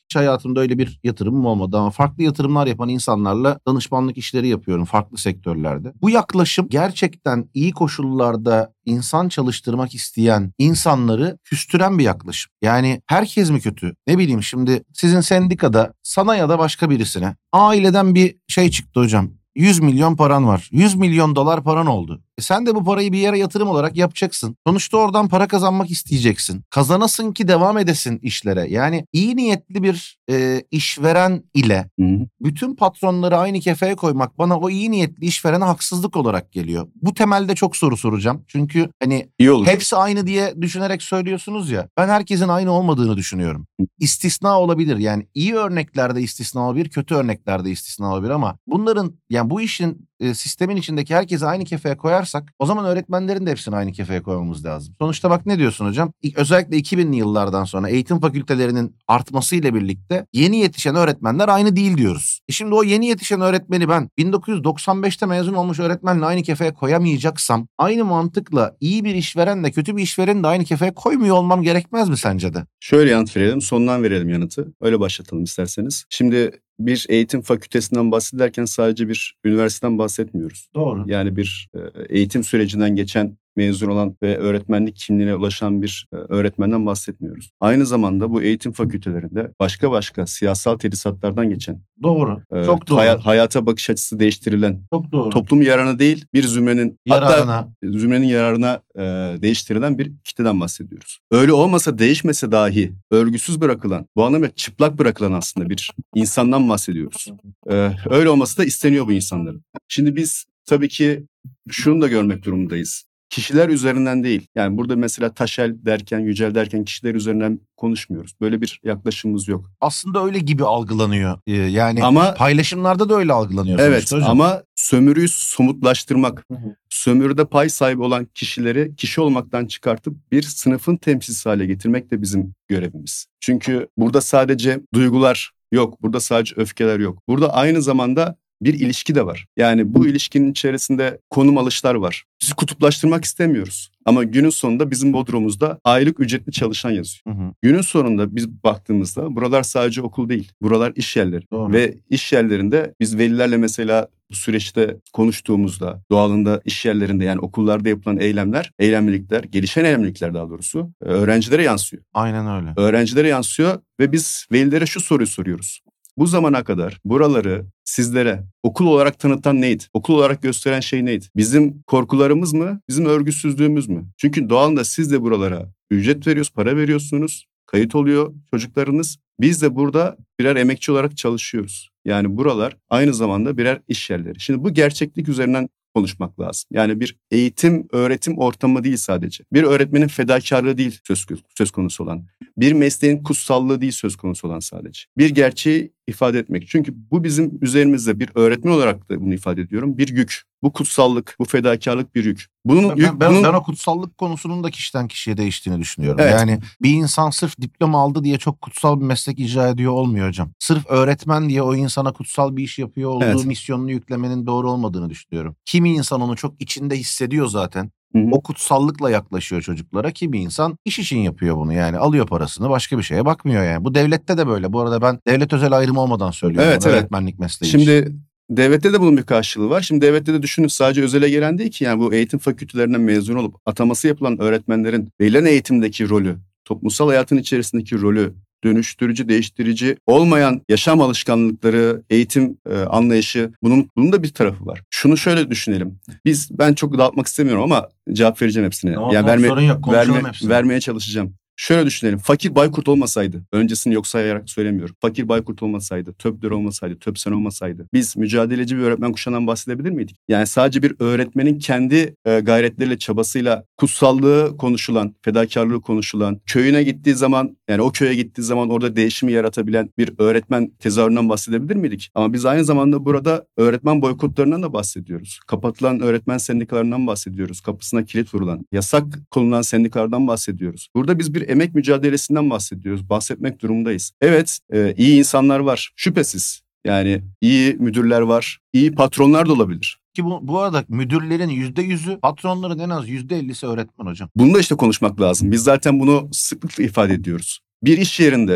hiç hayatımda öyle bir yatırımım olmadı ama farklı yatırımlar yapan insanlarla danışmanlık işleri yapıyorum farklı sektörlerde. Bu yaklaşım gerçekten iyi koşullarda insan çalıştırmak isteyen insanları küstüren bir yaklaşım. Yani herkes mi kötü? Ne bileyim şimdi sizin sendikada sana ya da başka birisine aileden bir şey çıktı hocam. 100 milyon paran var. 100 milyon dolar paran oldu. Sen de bu parayı bir yere yatırım olarak yapacaksın. Sonuçta oradan para kazanmak isteyeceksin. Kazanasın ki devam edesin işlere. Yani iyi niyetli bir işveren ile bütün patronları aynı kefeye koymak bana o iyi niyetli işverene haksızlık olarak geliyor. Bu temelde çok soru soracağım. Çünkü hani İyi olur. hepsi aynı diye düşünerek söylüyorsunuz ya. Ben herkesin aynı olmadığını düşünüyorum. İstisna olabilir. Yani iyi örneklerde istisna olabilir, kötü örneklerde istisna olabilir ama bunların yani bu işin sistemin içindeki herkesi aynı kefeye koyarsak o zaman öğretmenlerin de hepsini aynı kefeye koymamız lazım. Sonuçta bak ne diyorsun hocam? Özellikle 2000'li yıllardan sonra eğitim fakültelerinin artmasıyla birlikte yeni yetişen öğretmenler aynı değil diyoruz. Şimdi o yeni yetişen öğretmeni ben 1995'te mezun olmuş öğretmenle aynı kefeye koyamayacaksam aynı mantıkla iyi bir işverenle kötü bir işvereni de aynı kefeye koymuyor olmam gerekmez mi sence de? Şöyle yanıt verelim, sondan verelim yanıtı. Öyle başlatalım isterseniz. Şimdi bir eğitim fakültesinden bahsederken sadece bir üniversiteden bahsetmiyoruz. Doğru. Yani bir eğitim sürecinden geçen, mezun olan ve öğretmenlik kimliğine ulaşan bir öğretmenden bahsetmiyoruz. Aynı zamanda bu eğitim fakültelerinde başka siyasal tedrisatlardan geçen, Doğru. Çok doğru. hayata bakış açısı değiştirilen, Çok doğru. toplum yararına değil bir zümrenin Yararına. hatta zümrenin yararına değiştirilen bir kitleden bahsediyoruz. Öyle olmasa, değişmese dahi örgüsüz bırakılan, bu anlamda çıplak bırakılan aslında bir insandan bahsediyoruz. Öyle olması da isteniyor bu insanların. Şimdi biz tabii ki şunu da görmek durumundayız. Kişiler üzerinden değil. Yani burada mesela Taşel derken, Yücel derken kişiler üzerinden konuşmuyoruz. Böyle bir yaklaşımımız yok. Aslında öyle gibi algılanıyor. Yani Ama paylaşımlarda da öyle algılanıyor. evet, hocam. ama sömürüyü somutlaştırmak, sömürüde pay sahibi olan kişileri kişi olmaktan çıkartıp bir sınıfın temsilcisi hale getirmek de bizim görevimiz. Çünkü burada sadece duygular yok, burada sadece öfkeler yok. Burada aynı zamanda bir ilişki de var. Yani bu ilişkinin içerisinde konum alışlar var. Sizi kutuplaştırmak istemiyoruz. Ama günün sonunda bizim Bodrum'umuzda aylık ücretli çalışan yazıyor. Günün sonunda biz baktığımızda buralar sadece okul değil. Buralar iş yerleri. Doğru. Ve iş yerlerinde biz velilerle mesela bu süreçte konuştuğumuzda doğalında iş yerlerinde yani okullarda yapılan eylemlilikler, gelişen eylemlilikler daha doğrusu öğrencilere yansıyor. Aynen öyle. Öğrencilere yansıyor ve biz velilere şu soruyu soruyoruz. Bu zamana kadar buraları sizlere okul olarak tanıtan neydi? Okul olarak gösteren şey neydi? Bizim korkularımız mı? Bizim örgütsüzlüğümüz mü? Çünkü doğalında siz de buralara ücret veriyorsunuz, para veriyorsunuz. Kayıt oluyor çocuklarınız. Biz de burada birer emekçi olarak çalışıyoruz. Yani buralar aynı zamanda birer iş yerleri. Şimdi bu gerçeklik üzerinden konuşmak lazım. Yani bir eğitim, öğretim ortamı değil sadece. Bir öğretmenin fedakarlığı değil söz konusu olan. Bir mesleğin kutsallığı değil söz konusu olan sadece. Bir gerçeği ifade etmek. Çünkü bu bizim üzerimizde bir öğretmen olarak da bunu ifade ediyorum. Bir yük. Bu kutsallık, bu fedakarlık bir yük. Ben o kutsallık konusunun da kişiden kişiye değiştiğini düşünüyorum. Evet. Yani bir insan sırf diploma aldı diye çok kutsal bir meslek icra ediyor olmuyor hocam. Sırf öğretmen diye o insana kutsal bir iş yapıyor olduğu Evet. misyonunu yüklemenin doğru olmadığını düşünüyorum. Kimi insan onu çok içinde hissediyor zaten. Hı hı. O kutsallıkla yaklaşıyor çocuklara. Kimi insan iş için yapıyor bunu yani. Alıyor parasını başka bir şeye bakmıyor yani. Bu devlette de böyle. Bu arada ben devlet özel ayrımı olmadan söylüyorum. Evet, bunu, evet. Öğretmenlik mesleği için. Şimdi devlette de bunun bir karşılığı var. Şimdi devlette de düşünün sadece özele gelen değil ki yani bu eğitim fakültelerinden mezun olup ataması yapılan öğretmenlerin verilen eğitimdeki rolü, toplumsal hayatın içerisindeki rolü, dönüştürücü, değiştirici olmayan yaşam alışkanlıkları, eğitim anlayışı bunun da bir tarafı var. Şunu şöyle düşünelim. Ben çok dağıtmak istemiyorum ama cevap vereceğim hepsine. Tamam, sorun yok. Konuşalım hepsini. Vermeye çalışacağım. Şöyle düşünelim. Fakir Baykurt olmasaydı, öncesini yok sayarak söylemiyorum. Fakir Baykurt olmasaydı, Töpdör olmasaydı, Töpsen olmasaydı biz mücadeleci bir öğretmen kuşağından bahsedebilir miydik? Yani sadece bir öğretmenin kendi gayretleriyle, çabasıyla kutsallığı konuşulan, fedakarlığı konuşulan, köyüne gittiği zaman yani o köye gittiği zaman orada değişimi yaratabilen bir öğretmen tezahüründen bahsedebilir miydik? Ama biz aynı zamanda burada öğretmen boykotlarından da bahsediyoruz. Kapatılan öğretmen sendikalarından bahsediyoruz. Kapısına kilit vurulan, yasak konulan sendikalardan bahsediyoruz. Burada biz bir emek mücadelesinden bahsediyoruz. Bahsetmek durumundayız. Evet, iyi insanlar var. Şüphesiz. Yani iyi müdürler var. İyi patronlar da olabilir. Ki bu arada müdürlerin %100'ü, patronların en az %50'si öğretmen hocam. Bunu da işte konuşmak lazım. Biz zaten bunu sıklıkla ifade ediyoruz. Bir iş yerinde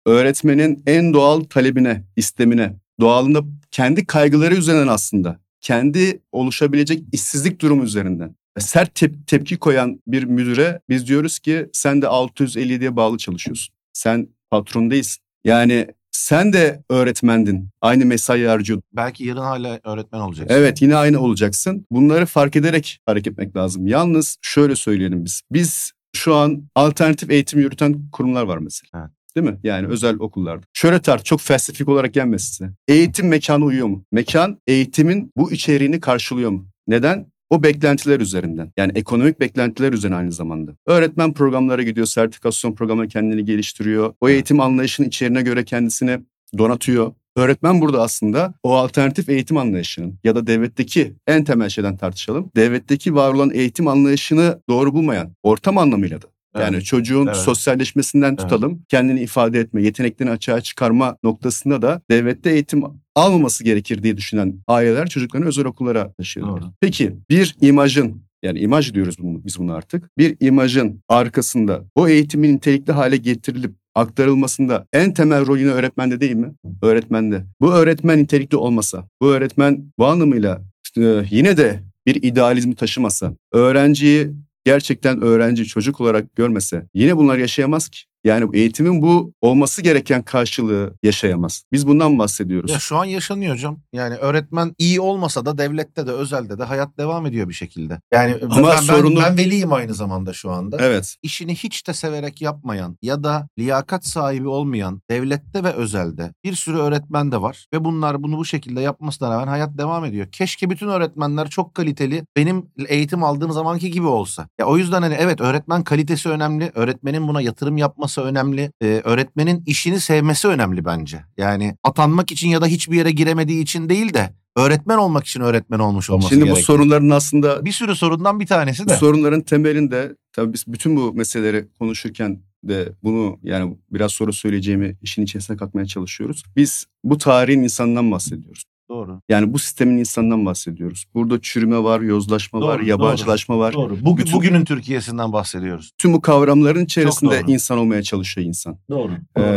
öğretmenin en doğal talebine, istemine, doğalında kendi kaygıları üzerinden aslında, kendi oluşabilecek işsizlik durumu üzerinden sert tepki koyan bir müdüre biz diyoruz ki sen de 657'ye bağlı çalışıyorsun. Sen patron değilsin. Yani sen de öğretmendin. Aynı mesai harcıyordun. Belki yarın hala öğretmen olacaksın. Evet, yine aynı olacaksın. Bunları fark ederek hareket etmek lazım. Yalnız şöyle söyleyelim biz. Biz şu an alternatif eğitim yürüten kurumlar var mesela. Evet. Değil mi? Yani özel okullarda. Şöyle çok felsefik olarak gelmesin size. Eğitim mekana uyuyor mu? Mekan eğitimin bu içeriğini karşılıyor mu? Neden? O beklentiler üzerinden. Yani ekonomik beklentiler üzerine aynı zamanda. Öğretmen programlara gidiyor, sertifikasyon programına kendini geliştiriyor. O eğitim anlayışının içeriğine göre kendisini donatıyor. Öğretmen burada aslında o alternatif eğitim anlayışının ya da devletteki en temel şeyden tartışalım. Devletteki var olan eğitim anlayışını doğru bulmayan, ortam anlamıyla da. Yani çocuğun sosyalleşmesinden tutalım, kendini ifade etme, yeteneklerini açığa çıkarma noktasında da devlette eğitim almaması gerekir diye düşünen aileler çocuklarını özel okullara taşıyorlar. Peki bir imajın, yani imaj diyoruz biz bunu artık, bir imajın arkasında o eğitimin nitelikli hale getirilip aktarılmasında en temel rol yine öğretmende değil mi? Öğretmende. Bu öğretmen nitelikli olmasa, bu öğretmen bu anlamıyla yine de bir idealizmi taşımasa, öğrenciyi gerçekten öğrenci, çocuk olarak görmese yine bunlar yaşayamaz ki. Yani eğitimin bu olması gereken karşılığı yaşayamaz. Biz bundan bahsediyoruz. Ya şu an yaşanıyor hocam. Yani öğretmen iyi olmasa da devlette de özelde de hayat devam ediyor bir şekilde. Yani ama ben veliyim aynı zamanda şu anda. Evet. İşini hiç de severek yapmayan ya da liyakat sahibi olmayan devlette ve özelde bir sürü öğretmen de var. Ve bunlar bunu bu şekilde yapmasına rağmen hayat devam ediyor. Keşke bütün öğretmenler çok kaliteli benim eğitim aldığım zamanki gibi olsa. Ya o yüzden hani evet öğretmen kalitesi önemli. Öğretmenin buna yatırım yapması önemli. Öğretmenin işini sevmesi önemli bence. Yani atanmak için ya da hiçbir yere giremediği için değil de öğretmen olmak için öğretmen olmuş olması gerekiyor. Şimdi bu sorunların aslında bir sürü sorundan bir tanesi de. Bu sorunların temelinde tabii biz bütün bu meseleleri konuşurken de bunu yani biraz sonra söyleyeceğimi işin içerisine katmaya çalışıyoruz. Biz bu tarihin insanından bahsediyoruz. Doğru. Yani bu sistemin insanından bahsediyoruz. Burada çürüme var, yozlaşma var, yabancılaşma var. Doğru. Bugünün Türkiye'sinden bahsediyoruz. Tüm bu kavramların içerisinde insan olmaya çalışıyor insan. Doğru.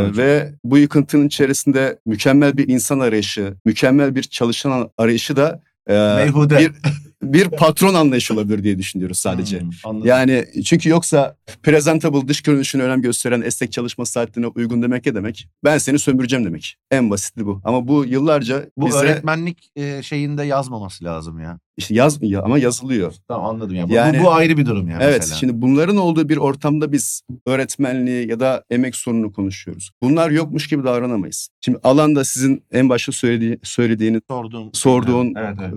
Ve bu yıkıntının içerisinde mükemmel bir insan arayışı, mükemmel bir çalışan arayışı da meyhude. bir patron anlayışı olabilir diye düşünüyoruz sadece. Yani çünkü yoksa presentable, dış görünüşüne önem gösteren esnek çalışma saatlerine uygun demek ne demek? Ben seni sömüreceğim demek. En basiti bu. Ama bu yıllarca bu öğretmenlik şeyinde yazmaması lazım ya. İşte ama yazılıyor. Tamam anladım yani. Bu ayrı bir durum yani evet, mesela. Şimdi bunların olduğu bir ortamda biz öğretmenliği ya da emek sorununu konuşuyoruz. Bunlar yokmuş gibi davranamayız. Şimdi alanda sizin en başta söylediğini sorduğun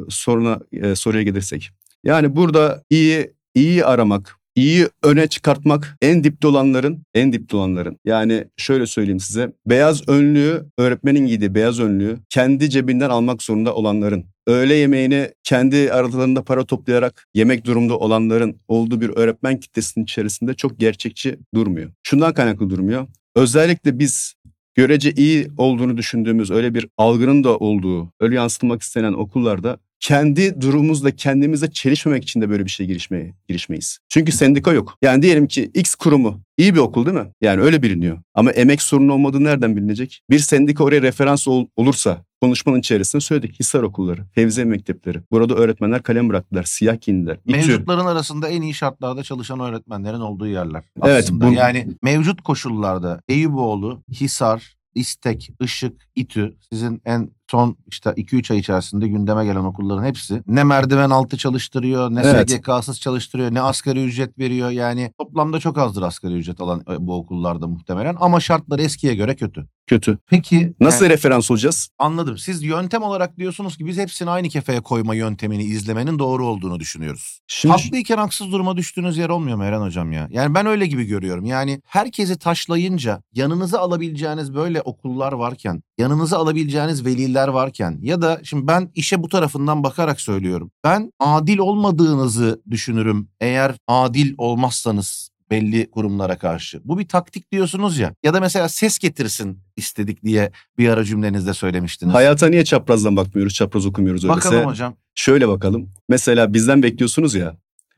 soruya gelirsek. Yani burada iyi aramak, iyi öne çıkartmak en dipte olanların yani şöyle söyleyeyim size, beyaz önlüğü, öğretmenin giydiği beyaz önlüğü kendi cebinden almak zorunda olanların, öğle yemeğini kendi aralarında para toplayarak yemek durumda olanların olduğu bir öğretmen kitlesinin içerisinde çok gerçekçi durmuyor. Şundan kaynaklı durmuyor. Özellikle biz görece iyi olduğunu düşündüğümüz öyle bir algının da olduğu, öyle yansıtılmak istenen okullarda kendi durumumuzla kendimize çelişmemek için de böyle bir şey girişmeyiz. Çünkü sendika yok. Yani diyelim ki X kurumu iyi bir okul değil mi? Yani öyle biliniyor. Ama emek sorunu olmadığı nereden bilinecek? Bir sendika oraya referans olursa, konuşmanın içerisinde söyledik. Hisar okulları, Fevziye mektepleri. Burada öğretmenler kalem bıraktılar, siyah giyindiler. Mevcutların arasında en iyi şartlarda çalışan öğretmenlerin olduğu yerler. Evet. Yani mevcut koşullarda Eyüboğlu, Hisar, İstek, Işık, İTÜ, sizin en son işte 2-3 ay içerisinde gündeme gelen okulların hepsi ne merdiven altı çalıştırıyor, ne SGK'sız çalıştırıyor, ne asgari ücret veriyor. Yani toplamda çok azdır asgari ücret alan bu okullarda muhtemelen ama şartları eskiye göre kötü. Peki nasıl referans olacağız? Anladım. Siz yöntem olarak diyorsunuz ki biz hepsini aynı kefeye koyma yöntemini izlemenin doğru olduğunu düşünüyoruz. Haklıyken haksız duruma düştüğünüz yer olmuyor mu Eren Hocam ya? Yani ben öyle gibi görüyorum. Yani herkesi taşlayınca yanınıza alabileceğiniz böyle okullar varken, yanınıza alabileceğiniz veliler varken ya da şimdi ben işe bu tarafından bakarak söylüyorum. Ben adil olmadığınızı düşünürüm eğer adil olmazsanız belli kurumlara karşı. Bu bir taktik diyorsunuz ya. Ya da mesela ses getirsin istedik diye bir ara cümlenizde söylemiştiniz. Hayata niye çaprazdan bakmıyoruz, çapraz okumuyoruz öyleyse? Bakalım hocam. Şöyle bakalım. Mesela bizden bekliyorsunuz ya.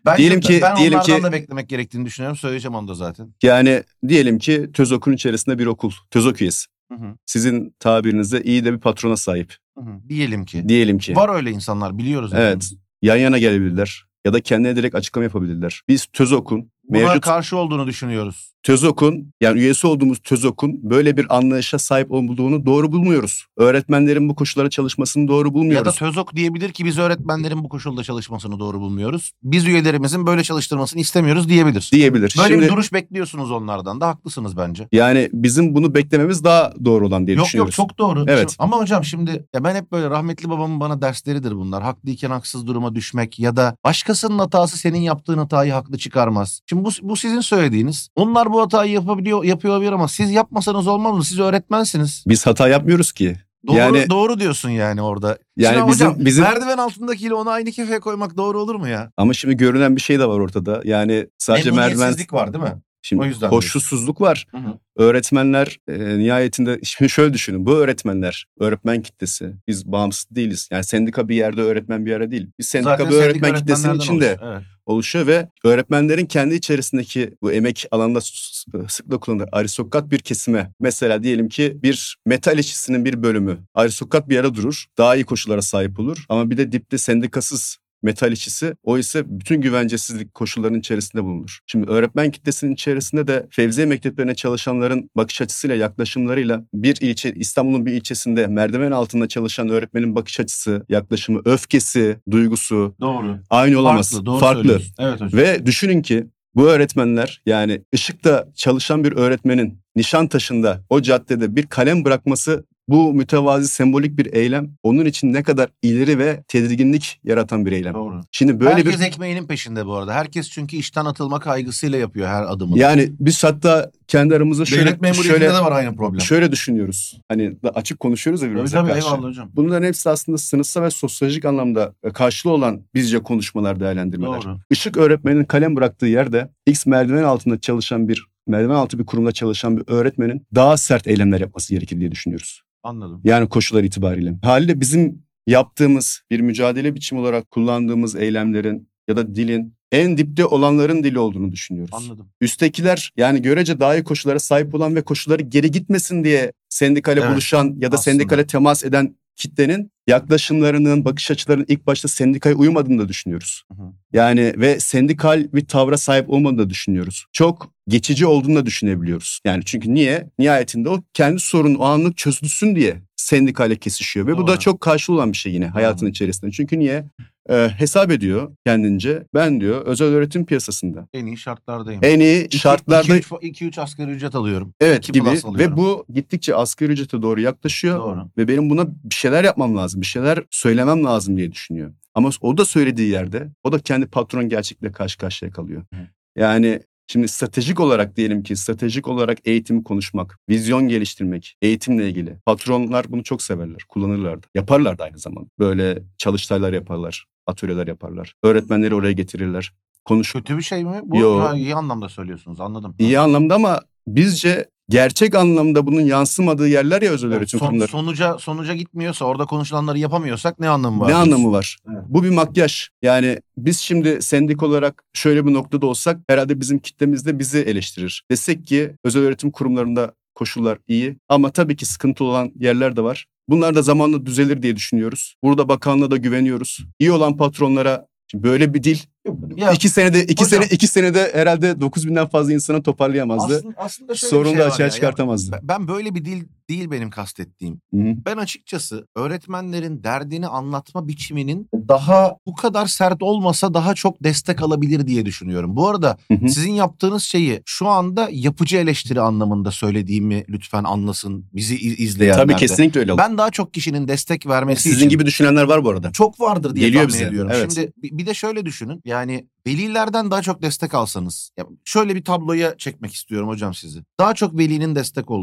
Ben Diyelim ki onlardan da beklemek gerektiğini düşünüyorum. Söyleyeceğim onu da zaten. yani diyelim ki TÖZOK'un içerisinde bir okul, TÖZOK üyesi. Hı hı. Sizin tabirinizde iyi de bir patrona sahip. Hı hı. Diyelim ki. Diyelim ki. Var öyle insanlar, biliyoruz. Evet. hepimiz. Yan yana gelebilirler ya da kendine direkt açıklama yapabilirler. Biz TÖZOK'un Buna mevcut karşı olduğunu düşünüyoruz. TÖZOK'un yani üyesi olduğumuz TÖZOK'un böyle bir anlayışa sahip olduğunu doğru bulmuyoruz. Öğretmenlerin bu koşullara çalışmasını doğru Ya da bulmuyoruz. TÖZOK diyebilir ki biz öğretmenlerin bu koşulda çalışmasını doğru bulmuyoruz. Biz üyelerimizin böyle çalıştırmasını istemiyoruz diyebilir. Diyebilir. Böyle Şimdi bir duruş bekliyorsunuz onlardan da, haklısınız bence. yani bizim bunu beklememiz daha doğru olan diye Yok düşünüyoruz. çok doğru. Evet. Şimdi, ama hocam şimdi ya ben hep böyle, rahmetli babamın bana dersleridir bunlar. Haklıyken haksız duruma düşmek ya da başkasının hatası senin yaptığın hatayı haklı çıkarmaz. Şimdi bu sizin söylediğiniz. Onlar bu hatayı yapıyor olabilir ama siz yapmasanız olmaz mı? Siz öğretmensiniz. Biz hata yapmıyoruz ki. Doğru diyorsun yani orada. Yani Şimdi hocam, bizim merdiven altındakiyle onu aynı kefeye koymak doğru olur mu ya? ama şimdi görünen bir şey de var ortada. Yani sadece merdiven Memnuniyetsizlik var değil mi? O şimdi yüzden koşulsuzluk var. Hı hı. Öğretmenler nihayetinde şimdi şöyle düşünün. Bu öğretmenler, öğretmen kitlesi. Biz bağımsız değiliz. Yani sendika bir yerde, öğretmen bir yerde değil. Biz sendika Zaten bir öğretmen sendika kitlesinin öğretmenlerden içinde oluşuyor, evet. oluşuyor ve öğretmenlerin kendi içerisindeki bu emek alanında sıklıkla kullanılır aristokrat bir kesime. Mesela diyelim ki bir metal işçisinin bir bölümü aristokrat bir yere durur. Daha iyi koşullara sahip olur. Ama bir de dipte sendikasız metal işçisi, o ise bütün güvencesizlik koşullarının içerisinde bulunur. Şimdi öğretmen kitlesinin içerisinde de Fevziye mekteplerine çalışanların bakış açısıyla, yaklaşımlarıyla bir ilçe, İstanbul'un bir ilçesinde merdiven altında çalışan öğretmenin bakış açısı, yaklaşımı, öfkesi, duygusu Doğru. aynı olamaz. Doğru Farklı. söylüyorsun. Evet hocam. Ve düşünün ki bu öğretmenler, yani Işık'ta çalışan bir öğretmenin Nişantaşı'nda o caddede bir kalem bırakması, bu mütevazi sembolik bir eylem onun için ne kadar ileri ve tedirginlik yaratan bir eylem. Doğru. Şimdi böyle Herkes ekmeğinin peşinde bu arada. Herkes çünkü işten atılma kaygısıyla yapıyor her adımını. yani biz hatta kendi aramızda Devlet memuriyetinde de var aynı problem. şöyle düşünüyoruz. Hani açık konuşuyoruz ya birbirimize Tabii, karşı. eyvallah hocam. Bunların hepsi aslında sınıfsal ve sosyolojik anlamda karşılığı olan bizce konuşmalar, değerlendirmeler. Doğru. Işık öğretmenin kalem bıraktığı yerde X merdiven altında çalışan merdiven altı bir kurumda çalışan bir öğretmenin daha sert eylemler yapması gerekir diye düşünüyoruz. Anladım. Yani koşullar itibariyle. Haliyle bizim yaptığımız bir mücadele biçimi olarak kullandığımız eylemlerin ya da dilin en dipte olanların dili olduğunu düşünüyoruz. Anladım. Üsttekiler yani görece daha iyi koşullara sahip olan ve koşulları geri gitmesin diye sendikayla Evet, buluşan ya da aslında. sendikayla temas eden kitlenin yaklaşımlarının, bakış açılarının ilk başta sendikaya uymadığını da düşünüyoruz. Hı hı. Yani ve sendikal bir tavra sahip olmadığını da düşünüyoruz. Çok geçici olduğunu da düşünebiliyoruz. Yani çünkü niye? Nihayetinde o kendi sorunu o anlık çözülsün diye sendikayla kesişiyor. Ve bu da Doğru. çok karşılığı olan bir şey yine hayatın içerisinde. Çünkü niye? Hesap ediyor kendince. Ben diyor özel öğretim piyasasında En iyi şartlardayım. en iyi şartlarda 2-3 asgari ücret alıyorum. evet 2 gibi plus alıyorum. ve bu gittikçe asgari ücrete doğru yaklaşıyor. Doğru. Ve benim buna bir şeyler yapmam lazım, bir şeyler söylemem lazım diye düşünüyor. Ama o da söylediği yerde o da kendi patron gerçekle karşı karşıya kalıyor. Hı. Yani şimdi stratejik olarak diyelim ki stratejik olarak eğitimi konuşmak, vizyon geliştirmek, eğitimle ilgili. Patronlar bunu çok severler, kullanırlardı. Yaparlar da aynı zaman. Böyle çalıştaylar yaparlar, atölyeler yaparlar. Öğretmenleri oraya getirirler. Kötü bir şey mi? Bu Yo. iyi anlamda söylüyorsunuz, anladım. İyi anlamda ama bizce gerçek anlamda bunun yansımadığı yerler ya özel öğretim kurumları. Sonuca gitmiyorsa, orada konuşulanları yapamıyorsak ne anlamı var? Ne diyorsun? anlamı var? Evet. Bu bir makyaj. Yani biz şimdi sendik olarak şöyle bir noktada olsak herhalde bizim kitlemiz de bizi eleştirir. Desek ki özel öğretim kurumlarında koşullar iyi ama tabii ki sıkıntı olan yerler de var. Bunlar da zamanla düzelir diye düşünüyoruz. Burada bakanlığa da güveniyoruz. İyi olan patronlara şimdi böyle bir dil Ya, 2 hocam, senede herhalde 9.000'den fazla insanı toparlayamazdı. aslında şöyle Sorunu bir şey da var açığa ya. çıkartamazdı. Ben böyle bir dil değil benim kastettiğim. Hı-hı. Ben açıkçası öğretmenlerin derdini anlatma biçiminin daha bu kadar sert olmasa daha çok destek alabilir diye düşünüyorum. Bu arada Hı-hı. sizin yaptığınız şeyi şu anda yapıcı eleştiri anlamında söylediğimi lütfen anlasın bizi izleyenler Tabii de. kesinlikle öyle. Ben daha çok kişinin destek vermesi Sizin için gibi düşünenler var bu arada. çok vardır diye Geliyor tahmin bize, ediyorum. evet. Şimdi bir de şöyle düşünün. Yani velilerden daha çok destek alsanız. Ya şöyle bir tabloya çekmek istiyorum hocam sizi. Daha çok velinin destek olduğu,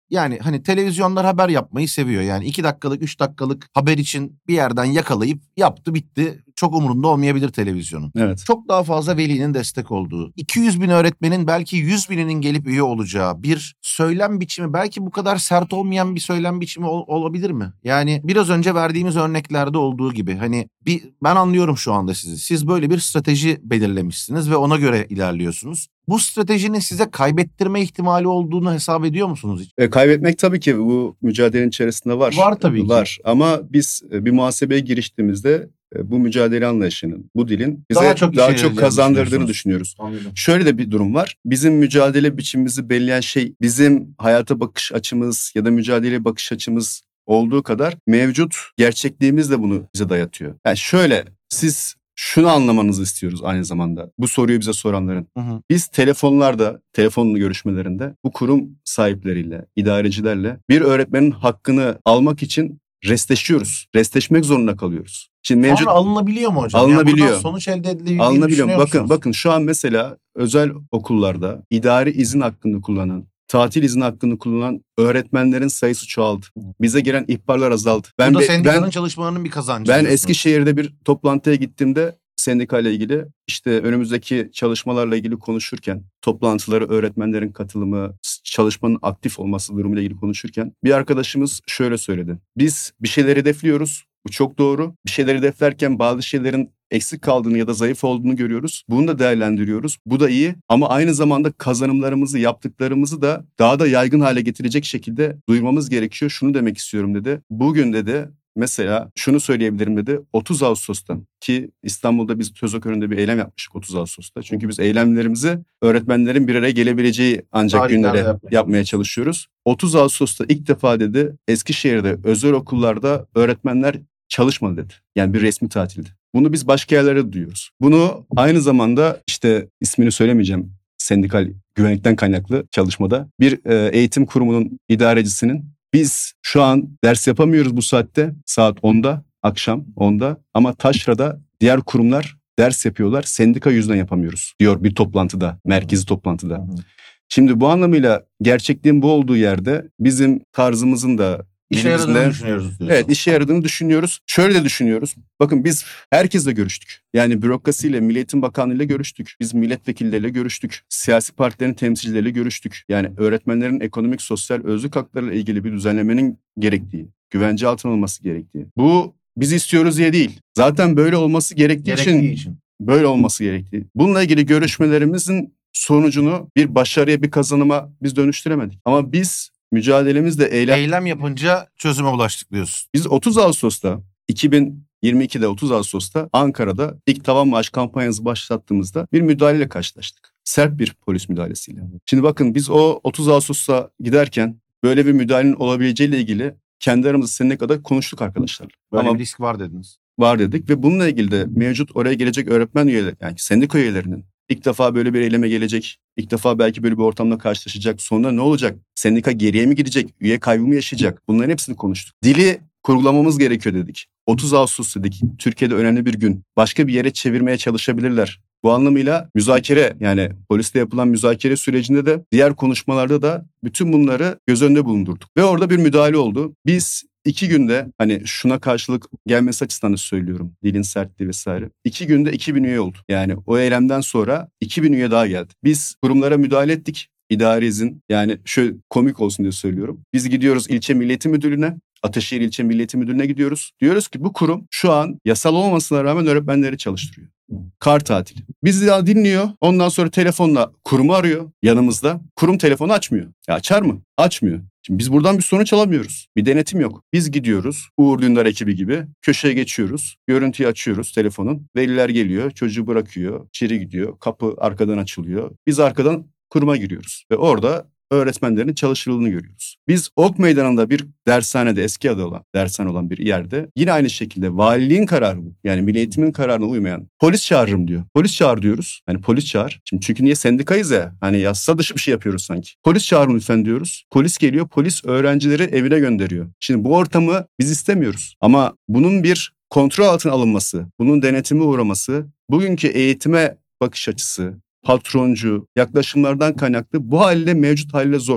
Yani hani televizyonlar haber yapmayı seviyor. Yani 2 dakikalık 3 dakikalık haber için bir yerden yakalayıp yaptı bitti. Çok umurunda olmayabilir televizyonun. Evet. Çok daha fazla velinin destek olduğu, 200 bin öğretmenin belki 100 bininin gelip üye olacağı bir söylem biçimi, belki bu kadar sert olmayan bir söylem biçimi olabilir mi? Yani biraz önce verdiğimiz örneklerde olduğu gibi hani ben anlıyorum şu anda sizi. Siz böyle bir strateji belirlemişsiniz ve ona göre ilerliyorsunuz. Bu stratejinin size kaybettirme ihtimali olduğunu hesap ediyor musunuz hiç? Kaybetmek tabii ki bu mücadelenin içerisinde var. Var tabii ki. Var ama biz bir muhasebeye giriştiğimizde bu mücadele anlayışının, bu dilin bize Daha çok işe daha çok yarayacağını kazandırdığını düşünüyorsunuz. düşünüyoruz. Anladım. Şöyle de bir durum var. Bizim mücadele biçimimizi belirleyen şey bizim hayata bakış açımız ya da mücadeleye bakış açımız olduğu kadar mevcut gerçekliğimiz de bunu bize dayatıyor. Yani şöyle, siz şunu anlamanızı istiyoruz aynı zamanda. Bu soruyu bize soranların. Biz telefonla görüşmelerinde bu kurum sahipleriyle, idarecilerle bir öğretmenin hakkını almak için restleşiyoruz. Restleşmek zorunda kalıyoruz. Şimdi Sonra alınabiliyor mu hocam? Alınabiliyor. Yani buradan sonuç elde edilebildiğini alınabiliyor. düşünüyor musunuz? Bakın şu an mesela özel okullarda idari izin hakkını kullanan, tatil izni hakkını kullanan öğretmenlerin sayısı çoğaldı. Bize gelen ihbarlar azaldı. Bu da sendikanın çalışmalarının bir kazancı. Ben diyorsunuz. Eskişehir'de bir toplantıya gittiğimde sendikayla ilgili işte önümüzdeki çalışmalarla ilgili konuşurken, toplantıları, öğretmenlerin katılımı, çalışmanın aktif olması durumuyla ilgili konuşurken bir arkadaşımız şöyle söyledi. Biz bir şeyleri hedefliyoruz. Bu çok doğru. Bir şeyleri hedeflerken bazı şeylerin eksik kaldığını ya da zayıf olduğunu görüyoruz. Bunu da değerlendiriyoruz. Bu da iyi ama aynı zamanda kazanımlarımızı, yaptıklarımızı da daha da yaygın hale getirecek şekilde duyurmamız gerekiyor. Şunu demek istiyorum dedi. Bugün dedi mesela şunu söyleyebilirim dedi. 30 Ağustos'ta ki İstanbul'da biz Tözoköy'ünde bir eylem yapmıştık 30 Ağustos'ta. Çünkü biz eylemlerimizi öğretmenlerin bir araya gelebileceği ancak Tarihlerde günlere yapmaya çalışıyoruz. 30 Ağustos'ta ilk defa dedi Eskişehir'de özel okullarda öğretmenler çalışmadı dedi. Yani bir resmi tatildi. Bunu biz başka yerlerde duyuyoruz. Bunu aynı zamanda işte ismini söylemeyeceğim sendikal güvenlikten kaynaklı çalışmada bir eğitim kurumunun idarecisinin biz şu an ders yapamıyoruz bu saatte saat 10'da akşam 10'da ama taşrada diğer kurumlar ders yapıyorlar sendika yüzünden yapamıyoruz diyor bir toplantıda merkezi toplantıda. Şimdi bu anlamıyla gerçekliğin bu olduğu yerde bizim tarzımızın da İşe yaradığını düşünüyoruz diyorsun. Evet, işe yaradığını düşünüyoruz. Şöyle de düşünüyoruz. Bakın biz herkesle görüştük. Yani bürokrasiyle, Milli Eğitim Bakanlığı'yla görüştük. Biz milletvekilleriyle görüştük. Siyasi partilerin temsilcileriyle görüştük. Yani öğretmenlerin ekonomik, sosyal, özlük haklarıyla ilgili bir düzenlemenin gerektiği, güvence altına alınması gerektiği. Bu biz istiyoruz diye değil. Zaten böyle olması gerektiği için böyle olması gerektiği. Bununla ilgili görüşmelerimizin sonucunu bir başarıya, bir kazanıma biz dönüştüremedik. Ama biz mücadelemizde eylem yapınca çözüme ulaştık diyorsun. Biz 30 Ağustos'ta 2022'de 30 Ağustos'ta Ankara'da ilk tavan maaş kampanyası başlattığımızda bir müdahaleyle karşılaştık. Sert bir polis müdahalesiyle. Şimdi bakın biz o 30 Ağustos'ta giderken böyle bir müdahalenin olabileceğiyle ilgili kendi aramızda seninle kadar konuştuk arkadaşlar. Böyle bir risk var dediniz. Var dedik ve bununla ilgili de mevcut oraya gelecek öğretmen üyeleri yani sendika üyelerinin İlk defa böyle bir eyleme gelecek. İlk defa belki böyle bir ortamla karşılaşacak. Sonra ne olacak? Sendika geriye mi gidecek? Üye kaybı mı yaşayacak? Bunların hepsini konuştuk. Dili kurgulamamız gerekiyor dedik. 30 Ağustos dedik. Türkiye'de önemli bir gün. Başka bir yere çevirmeye çalışabilirler. Bu anlamıyla müzakere yani polisle yapılan müzakere sürecinde de diğer konuşmalarda da bütün bunları göz önünde bulundurduk. Ve orada bir müdahale oldu. Biz 2 günde hani şuna karşılık gelmesi açısından da söylüyorum. Dilin sertliği vesaire. 2 günde 2000 üye oldu. Yani o eylemden sonra 2000 üye daha geldi. Biz kurumlara müdahale ettik. İdari izin yani şöyle komik olsun diye söylüyorum. Biz gidiyoruz ilçe Milli Eğitim Müdürlüğü'ne. Ataşehir İlçe Milli Eğitim Müdürlüğü'ne gidiyoruz. Diyoruz ki bu kurum şu an yasal olmamasına rağmen öğretmenleri çalıştırıyor. Kar tatili. Bizi daha dinliyor. Ondan sonra telefonla kurumu arıyor yanımızda. Kurum telefonu açmıyor. Ya açar mı? Açmıyor. Şimdi biz buradan bir sonuç alamıyoruz. Bir denetim yok. Biz gidiyoruz. Uğur Dündar ekibi gibi köşeye geçiyoruz. Görüntüyü açıyoruz telefonun. Veliler geliyor. Çocuğu bırakıyor. İçeri gidiyor. Kapı arkadan açılıyor. Biz arkadan kuruma giriyoruz. Ve orada öğretmenlerin çalıştırıldığını görüyoruz. Biz Ok Meydanı'nda bir dershanede eski adı olan dershane olan bir yerde yine aynı şekilde valiliğin kararı bu. Yani Milli Eğitim'in kararına uymayan polis çağırırım diyor. Polis çağır diyoruz. Hani polis çağır. Şimdi çünkü niye sendikayız ya? Hani yasa dışı bir şey yapıyoruz sanki. Polis çağırın lütfen diyoruz. Polis geliyor. Polis öğrencileri evine gönderiyor. Şimdi bu ortamı biz istemiyoruz. Ama bunun bir kontrol altına alınması, bunun denetime uğraması, bugünkü eğitime bakış açısı, patroncu yaklaşımlardan kaynaklı bu haliyle mevcut haliyle zor.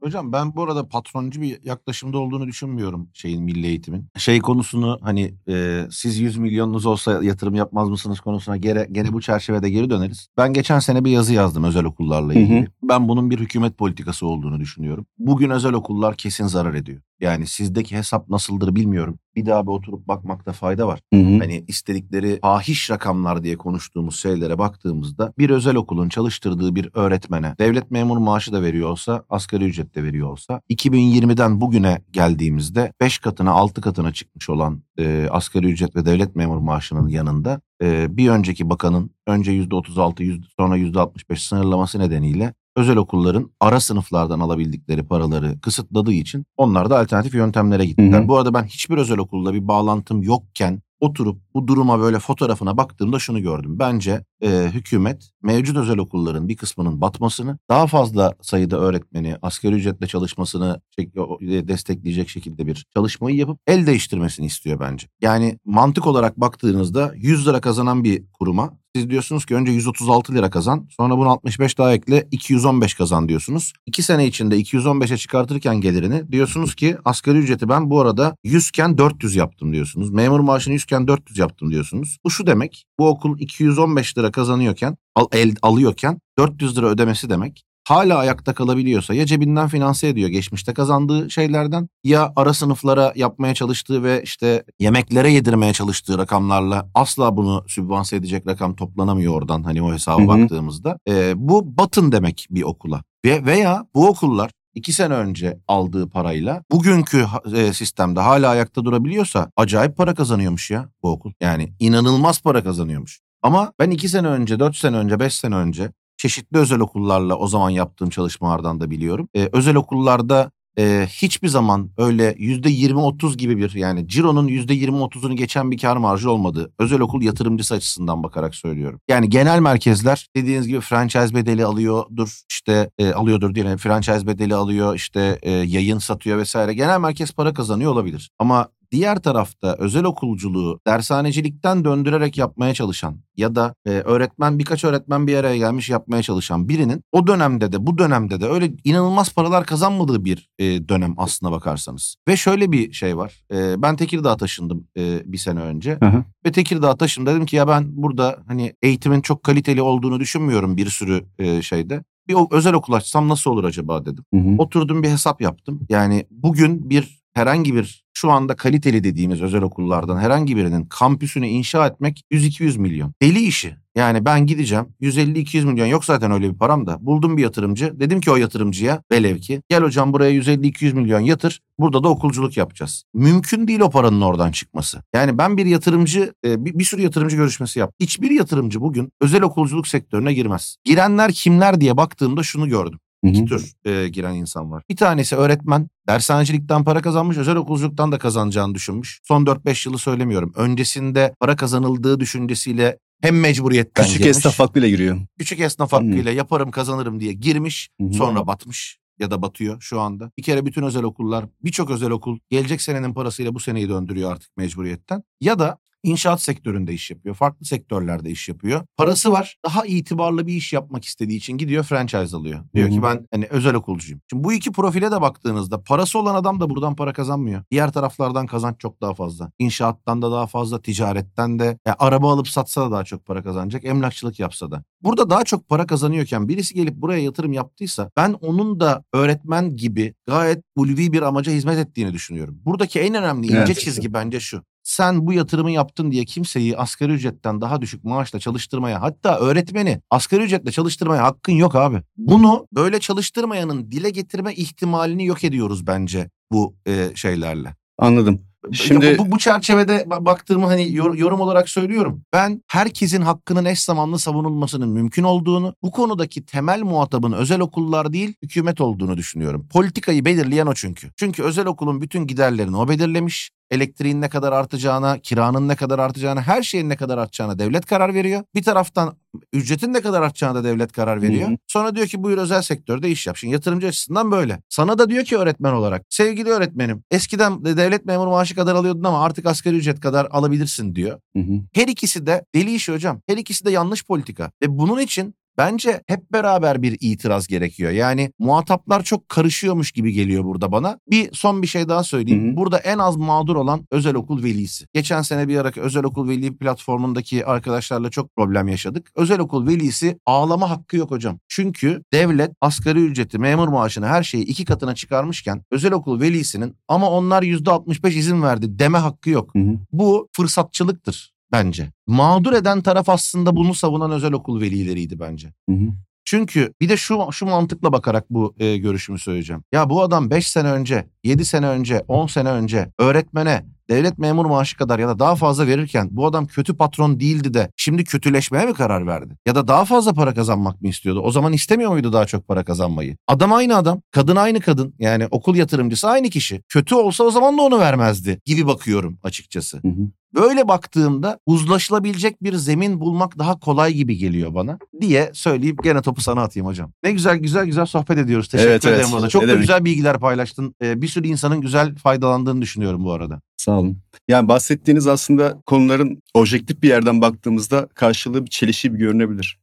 Hocam ben bu arada patroncu bir yaklaşımda olduğunu düşünmüyorum milli eğitimin. Konusunu hani siz 100 milyonunuz olsa yatırım yapmaz mısınız konusuna gene bu çerçevede geri döneriz. Ben geçen sene bir yazı yazdım özel okullarla ilgili. Ben bunun bir hükümet politikası olduğunu düşünüyorum. Bugün özel okullar kesin zarar ediyor. Yani sizdeki hesap nasıldır bilmiyorum. Bir daha bir oturup bakmakta fayda var. Hani istedikleri fahiş rakamlar diye konuştuğumuz şeylere baktığımızda bir özel okulun çalıştırdığı bir öğretmene devlet memur maaşı da veriyor olsa, asgari ücret de veriyor olsa 2020'den bugüne geldiğimizde 5 katına 6 katına çıkmış olan asgari ücret ve devlet memur maaşının yanında bir önceki bakanın önce %36 sonra %65 sınırlaması nedeniyle özel okulların ara sınıflardan alabildikleri paraları kısıtladığı için onlar da alternatif yöntemlere gittiler. Bu arada ben hiçbir özel okulla bir bağlantım yokken oturup bu duruma böyle fotoğrafına baktığımda şunu gördüm. Bence hükümet mevcut özel okulların bir kısmının batmasını, daha fazla sayıda öğretmeni asgari ücretle çalışmasını destekleyecek şekilde bir çalışmayı yapıp el değiştirmesini istiyor bence. Yani mantık olarak baktığınızda 100 lira kazanan bir kuruma siz diyorsunuz ki önce 136 lira kazan, sonra bunu 65 daha ekle, 215 kazan diyorsunuz. 2 sene içinde 215'e çıkartırken gelirini diyorsunuz ki asgari ücreti ben bu arada 100 iken 400 yaptım diyorsunuz. Memur maaşını 100 iken 400 yaptım diyorsunuz. Bu şu demek, bu okul 215 lira kazanıyorken, alıyorken 400 lira ödemesi demek. Hala ayakta kalabiliyorsa ya cebinden finanse ediyor geçmişte kazandığı şeylerden, ya ara sınıflara yapmaya çalıştığı ve işte yemeklere yedirmeye çalıştığı rakamlarla asla bunu sübvanse edecek rakam toplanamıyor oradan, hani o hesaba baktığımızda. Bu batın demek bir okula. Veya bu okullar 2 sene önce aldığı parayla bugünkü sistemde hala ayakta durabiliyorsa acayip para kazanıyormuş ya bu okul. Yani inanılmaz para kazanıyormuş. Ama ben 2 sene önce, 4 sene önce, 5 sene önce çeşitli özel okullarla o zaman yaptığım çalışmalardan da biliyorum. Özel okullarda hiçbir zaman öyle %20-30 gibi bir, yani cironun %20-30'unu geçen bir kar marjı olmadı. Özel okul yatırımcısı açısından bakarak söylüyorum. Yani genel merkezler dediğiniz gibi franchise bedeli alıyordur, işte alıyordur diyelim, franchise bedeli alıyor, işte yayın satıyor vesaire. Genel merkez para kazanıyor olabilir. Ama diğer tarafta özel okulculuğu dershanecilikten döndürerek yapmaya çalışan ya da birkaç öğretmen bir araya gelmiş yapmaya çalışan birinin o dönemde de bu dönemde de öyle inanılmaz paralar kazanmadığı bir dönem aslına bakarsanız. Ve şöyle bir şey var. Ben Tekirdağ'a taşındım bir sene önce. Ve Tekirdağ'a taşındım, dedim ki ya ben burada hani eğitimin çok kaliteli olduğunu düşünmüyorum bir sürü şeyde. Bir özel okul açsam nasıl olur acaba dedim. Oturdum bir hesap yaptım. Yani bugün herhangi bir şu anda kaliteli dediğimiz özel okullardan herhangi birinin kampüsünü inşa etmek 100-200 milyon. Deli işi. Yani ben gideceğim 150-200 milyon, yok zaten öyle bir param da. Buldum bir yatırımcı. Dedim ki o yatırımcıya velev ki gel hocam buraya 150-200 milyon yatır. Burada da okulculuk yapacağız. Mümkün değil o paranın oradan çıkması. Yani ben bir yatırımcı, bir sürü yatırımcı görüşmesi yaptım. Hiçbir yatırımcı bugün özel okulculuk sektörüne girmez. Girenler kimler diye baktığımda şunu gördüm. 2 tür giren insan var. Bir tanesi öğretmen, dershanecilikten para kazanmış, özel okulculuktan da kazanacağını düşünmüş. Son 4-5 yılı söylemiyorum. Öncesinde para kazanıldığı düşüncesiyle hem mecburiyetten Küçük girmiş. esnaf hakkıyla giriyor. Küçük esnaf hakkıyla yaparım kazanırım diye girmiş, sonra batmış ya da batıyor şu anda. Bir kere bütün özel okullar, birçok özel okul gelecek senenin parasıyla bu seneyi döndürüyor artık mecburiyetten. Ya da İnşaat sektöründe iş yapıyor. Farklı sektörlerde iş yapıyor. Parası var. Daha itibarlı bir iş yapmak istediği için gidiyor franchise alıyor. Diyor ki ben hani özel okulcuyum. Şimdi bu iki profile de baktığınızda parası olan adam da buradan para kazanmıyor. Diğer taraflardan kazanç çok daha fazla. İnşaattan da daha fazla, ticaretten de. Yani araba alıp satsa da daha çok para kazanacak. Emlakçılık yapsa da. Burada daha çok para kazanıyorken birisi gelip buraya yatırım yaptıysa ben onun da öğretmen gibi gayet ulvi bir amaca hizmet ettiğini düşünüyorum. Buradaki en önemli ince çizgi bence şu. Sen bu yatırımı yaptın diye kimseyi asgari ücretten daha düşük maaşla çalıştırmaya, hatta öğretmeni asgari ücretle çalıştırmaya hakkın yok abi. Bunu böyle çalıştırmayanın dile getirme ihtimalini yok ediyoruz bence bu şeylerle. Anladım. Şimdi bu çerçevede baktığımı hani yorum olarak söylüyorum. Ben herkesin hakkının eş zamanlı savunulmasının mümkün olduğunu, bu konudaki temel muhatabın özel okullar değil hükümet olduğunu düşünüyorum. Politikayı belirleyen o çünkü. Çünkü özel okulun bütün giderlerini o belirlemiş. Elektriğin ne kadar artacağına, kiranın ne kadar artacağına, her şeyin ne kadar artacağına devlet karar veriyor. Bir taraftan ücretin ne kadar artacağına da devlet karar veriyor. Sonra diyor ki buyur özel sektörde iş yap. Şimdi yatırımcı açısından böyle. Sana da diyor ki öğretmen olarak, sevgili öğretmenim, eskiden devlet memuru maaşı kadar alıyordun ama artık asgari ücret kadar alabilirsin diyor. Her ikisi de deli işi hocam. Her ikisi de yanlış politika. Ve bunun için Bence hep beraber bir itiraz gerekiyor. Yani muhataplar çok karışıyormuş gibi geliyor burada bana. Son bir şey daha söyleyeyim. Hı hı. Burada en az mağdur olan özel okul velisi. Geçen sene bir ara özel okul veli platformundaki arkadaşlarla çok problem yaşadık. Özel okul velisi ağlama hakkı yok hocam. Çünkü devlet asgari ücreti, memur maaşını, her şeyi 2 katına çıkarmışken özel okul velisinin ama onlar %65 izin verdi deme hakkı yok. Hı hı. Bu fırsatçılıktır bence. Mağdur eden taraf aslında bunu savunan özel okul velileriydi bence. Hı hı. Çünkü bir de şu mantıkla bakarak bu görüşümü söyleyeceğim. Ya bu adam 5 sene önce, 7 sene önce, 10 sene önce öğretmene devlet memur maaşı kadar ya da daha fazla verirken bu adam kötü patron değildi de şimdi kötüleşmeye mi karar verdi? Ya da daha fazla para kazanmak mı istiyordu? O zaman istemiyor muydu daha çok para kazanmayı? Adam aynı adam, kadın aynı kadın, yani okul yatırımcısı aynı kişi. Kötü olsa o zaman da onu vermezdi gibi bakıyorum açıkçası. Hı hı. Böyle baktığımda uzlaşılabilecek bir zemin bulmak daha kolay gibi geliyor bana diye söyleyip gene topu sana atayım hocam. Ne güzel sohbet ediyoruz. Teşekkür Evet, ederim evet. burada. Çok Ne da demek. güzel bilgiler paylaştın. Bir sürü insanın güzel faydalandığını düşünüyorum bu arada. Sağ olun. Yani bahsettiğiniz aslında konuların objektif bir yerden baktığımızda karşılığı bir çelişki gibi görünebilir.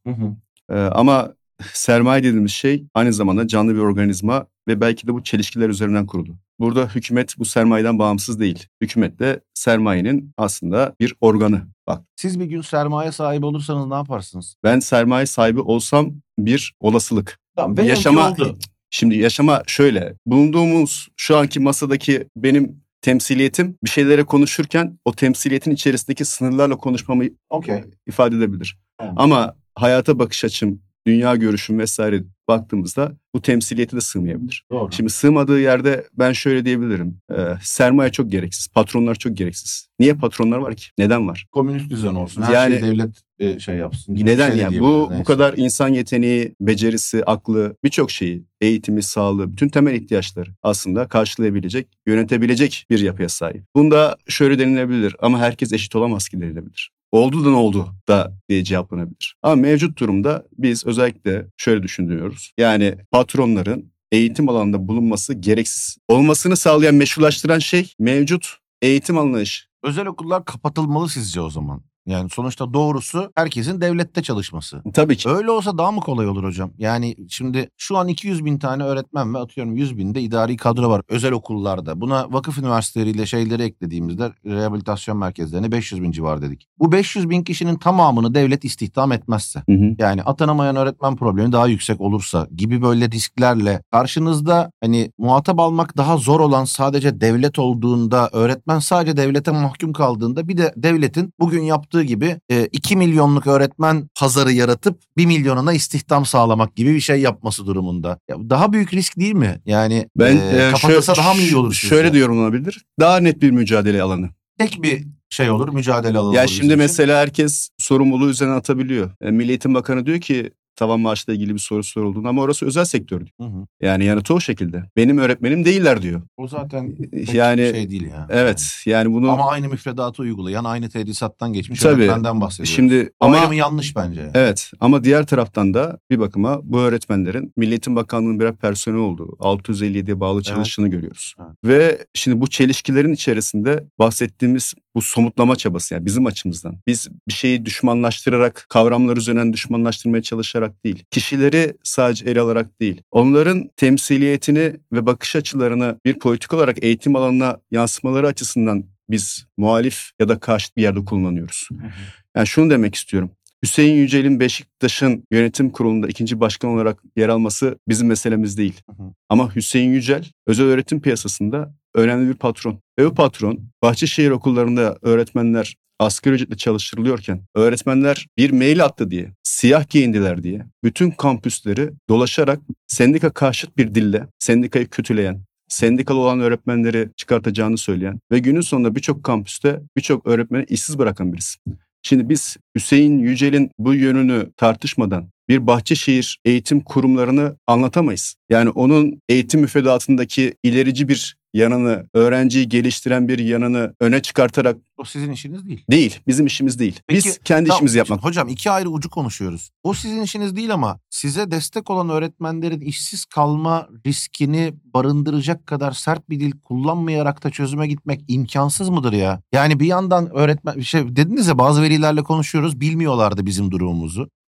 Ama sermaye dediğimiz şey aynı zamanda canlı bir organizma ve belki de bu çelişkiler üzerinden kurulu. Burada hükümet bu sermayeden bağımsız değil. Hükümet de sermayenin aslında bir organı. Bak, Siz bir gün sermaye sahibi olursanız ne yaparsınız? ben sermaye sahibi olsam bir olasılık. Tamam, benimki oldu. Şimdi yaşama şöyle. Bulunduğumuz şu anki masadaki benim temsiliyetim bir şeylere konuşurken o temsiliyetin içerisindeki sınırlarla konuşmamı Okey. ifade edebilir. Evet. Ama hayata bakış açım, dünya görüşüm vesaire baktığımızda bu temsiliyete de sığmayabilir. Doğru. Şimdi sığmadığı yerde ben şöyle diyebilirim. Sermaye çok gereksiz. Patronlar çok gereksiz. Niye patronlar var ki? Neden var? Komünist düzen olsun. Her Yani- şeyi devlet şey yapsın. gibi bir Neden şey de yani? diyebiliriz, Bu neyse. kadar insan yeteneği, becerisi, aklı, birçok şeyi, eğitimi, sağlığı, bütün temel ihtiyaçları aslında karşılayabilecek, yönetebilecek bir yapıya sahip. Bunda şöyle denilebilir ama herkes eşit olamaz ki denilebilir. Oldu da ne oldu da diye cevaplanabilir. Ama mevcut durumda biz özellikle şöyle düşünüyoruz. Yani patronların eğitim alanında bulunması gereksiz. Olmasını sağlayan, meşrulaştıran şey mevcut eğitim anlayışı. Özel okullar kapatılmalı sizce o zaman? Yani sonuçta doğrusu herkesin devlette çalışması. Tabii ki. Öyle olsa daha mı kolay olur hocam? Yani şimdi şu an 200 bin tane öğretmen ve atıyorum 100 bin de idari kadro var özel okullarda. Buna vakıf üniversiteleriyle şeyleri eklediğimizde rehabilitasyon merkezlerine 500 bin civar dedik. Bu 500 bin kişinin tamamını devlet istihdam etmezse, Hı hı. yani atanamayan öğretmen problemi daha yüksek olursa gibi böyle risklerle karşınızda hani muhatap almak daha zor olan sadece devlet olduğunda, öğretmen sadece devlete mahkum kaldığında, bir de devletin bugün yaptığı gibi 2 milyonluk öğretmen pazarı yaratıp 1 milyonuna istihdam sağlamak gibi bir şey yapması durumunda. Ya, daha büyük risk değil mi? Yani kapatılsa daha mı iyi olur sizce? Şöyle diyorum olabilir. Daha net bir mücadele alanı. Tek bir şey olur, mücadele alanı Ya olur şimdi bizim için. mesela herkes sorumluluğu üzerine atabiliyor. Milli Eğitim Bakanı diyor ki tavan maaşla ilgili bir soru sorulduğunda ama orası özel sektör diyor. Hı hı. Yani yanıtı o şekilde. Benim öğretmenim değiller diyor. O zaten pek Yani şey değil ya. evet yani bunu Ama aynı müfredatı uygulayan, aynı tedrisattan geçmiş Tabii. öğretmenden bahsediyoruz. Şimdi O ama ayrımı yanlış bence. evet ama diğer taraftan da bir bakıma bu öğretmenlerin Milli Eğitim Bakanlığı'nın birer personeli olduğu 657'ye bağlı çalıştığını görüyoruz. Evet. Ve şimdi bu çelişkilerin içerisinde bahsettiğimiz bu somutlama çabası, yani bizim açımızdan biz bir şeyi düşmanlaştırarak, kavramlar üzerinden düşmanlaştırmaya çalışarak değil, kişileri sadece ele alarak değil, onların temsiliyetini ve bakış açılarını bir politik olarak eğitim alanına yansımaları açısından biz muhalif ya da karşıt bir yerde kullanıyoruz. Yani şunu demek istiyorum. Hüseyin Yücel'in Beşiktaş'ın yönetim kurulunda 2. başkan olarak yer alması bizim meselemiz değil. Ama Hüseyin Yücel özel öğretim piyasasında önemli bir patron. Ve bu patron Bahçeşehir okullarında öğretmenler asgari ücretle çalıştırılıyorken öğretmenler bir mail attı diye, siyah giyindiler diye bütün kampüsleri dolaşarak sendika karşıt bir dille sendikayı kötüleyen, sendikalı olan öğretmenleri çıkartacağını söyleyen ve günün sonunda birçok kampüste birçok öğretmeni işsiz bırakan birisi. Şimdi biz Hüseyin Yücel'in bu yönünü tartışmadan bir Bahçeşehir eğitim kurumlarını anlatamayız. Yani onun eğitim müfredatındaki ilerici bir yanını, öğrenciyi geliştiren bir yanını öne çıkartarak O sizin işiniz değil. değil, bizim işimiz değil. Peki, Biz kendi tamam, işimizi yapmak. Hocam iki ayrı ucu konuşuyoruz. O sizin işiniz değil ama size destek olan öğretmenlerin işsiz kalma riskini barındıracak kadar sert bir dil kullanmayarak da çözüme gitmek imkansız mıdır ya? Yani bir yandan öğretmen dediniz ya, bazı velilerle konuşuyoruz, bilmiyorlardı bizim durumumuzu.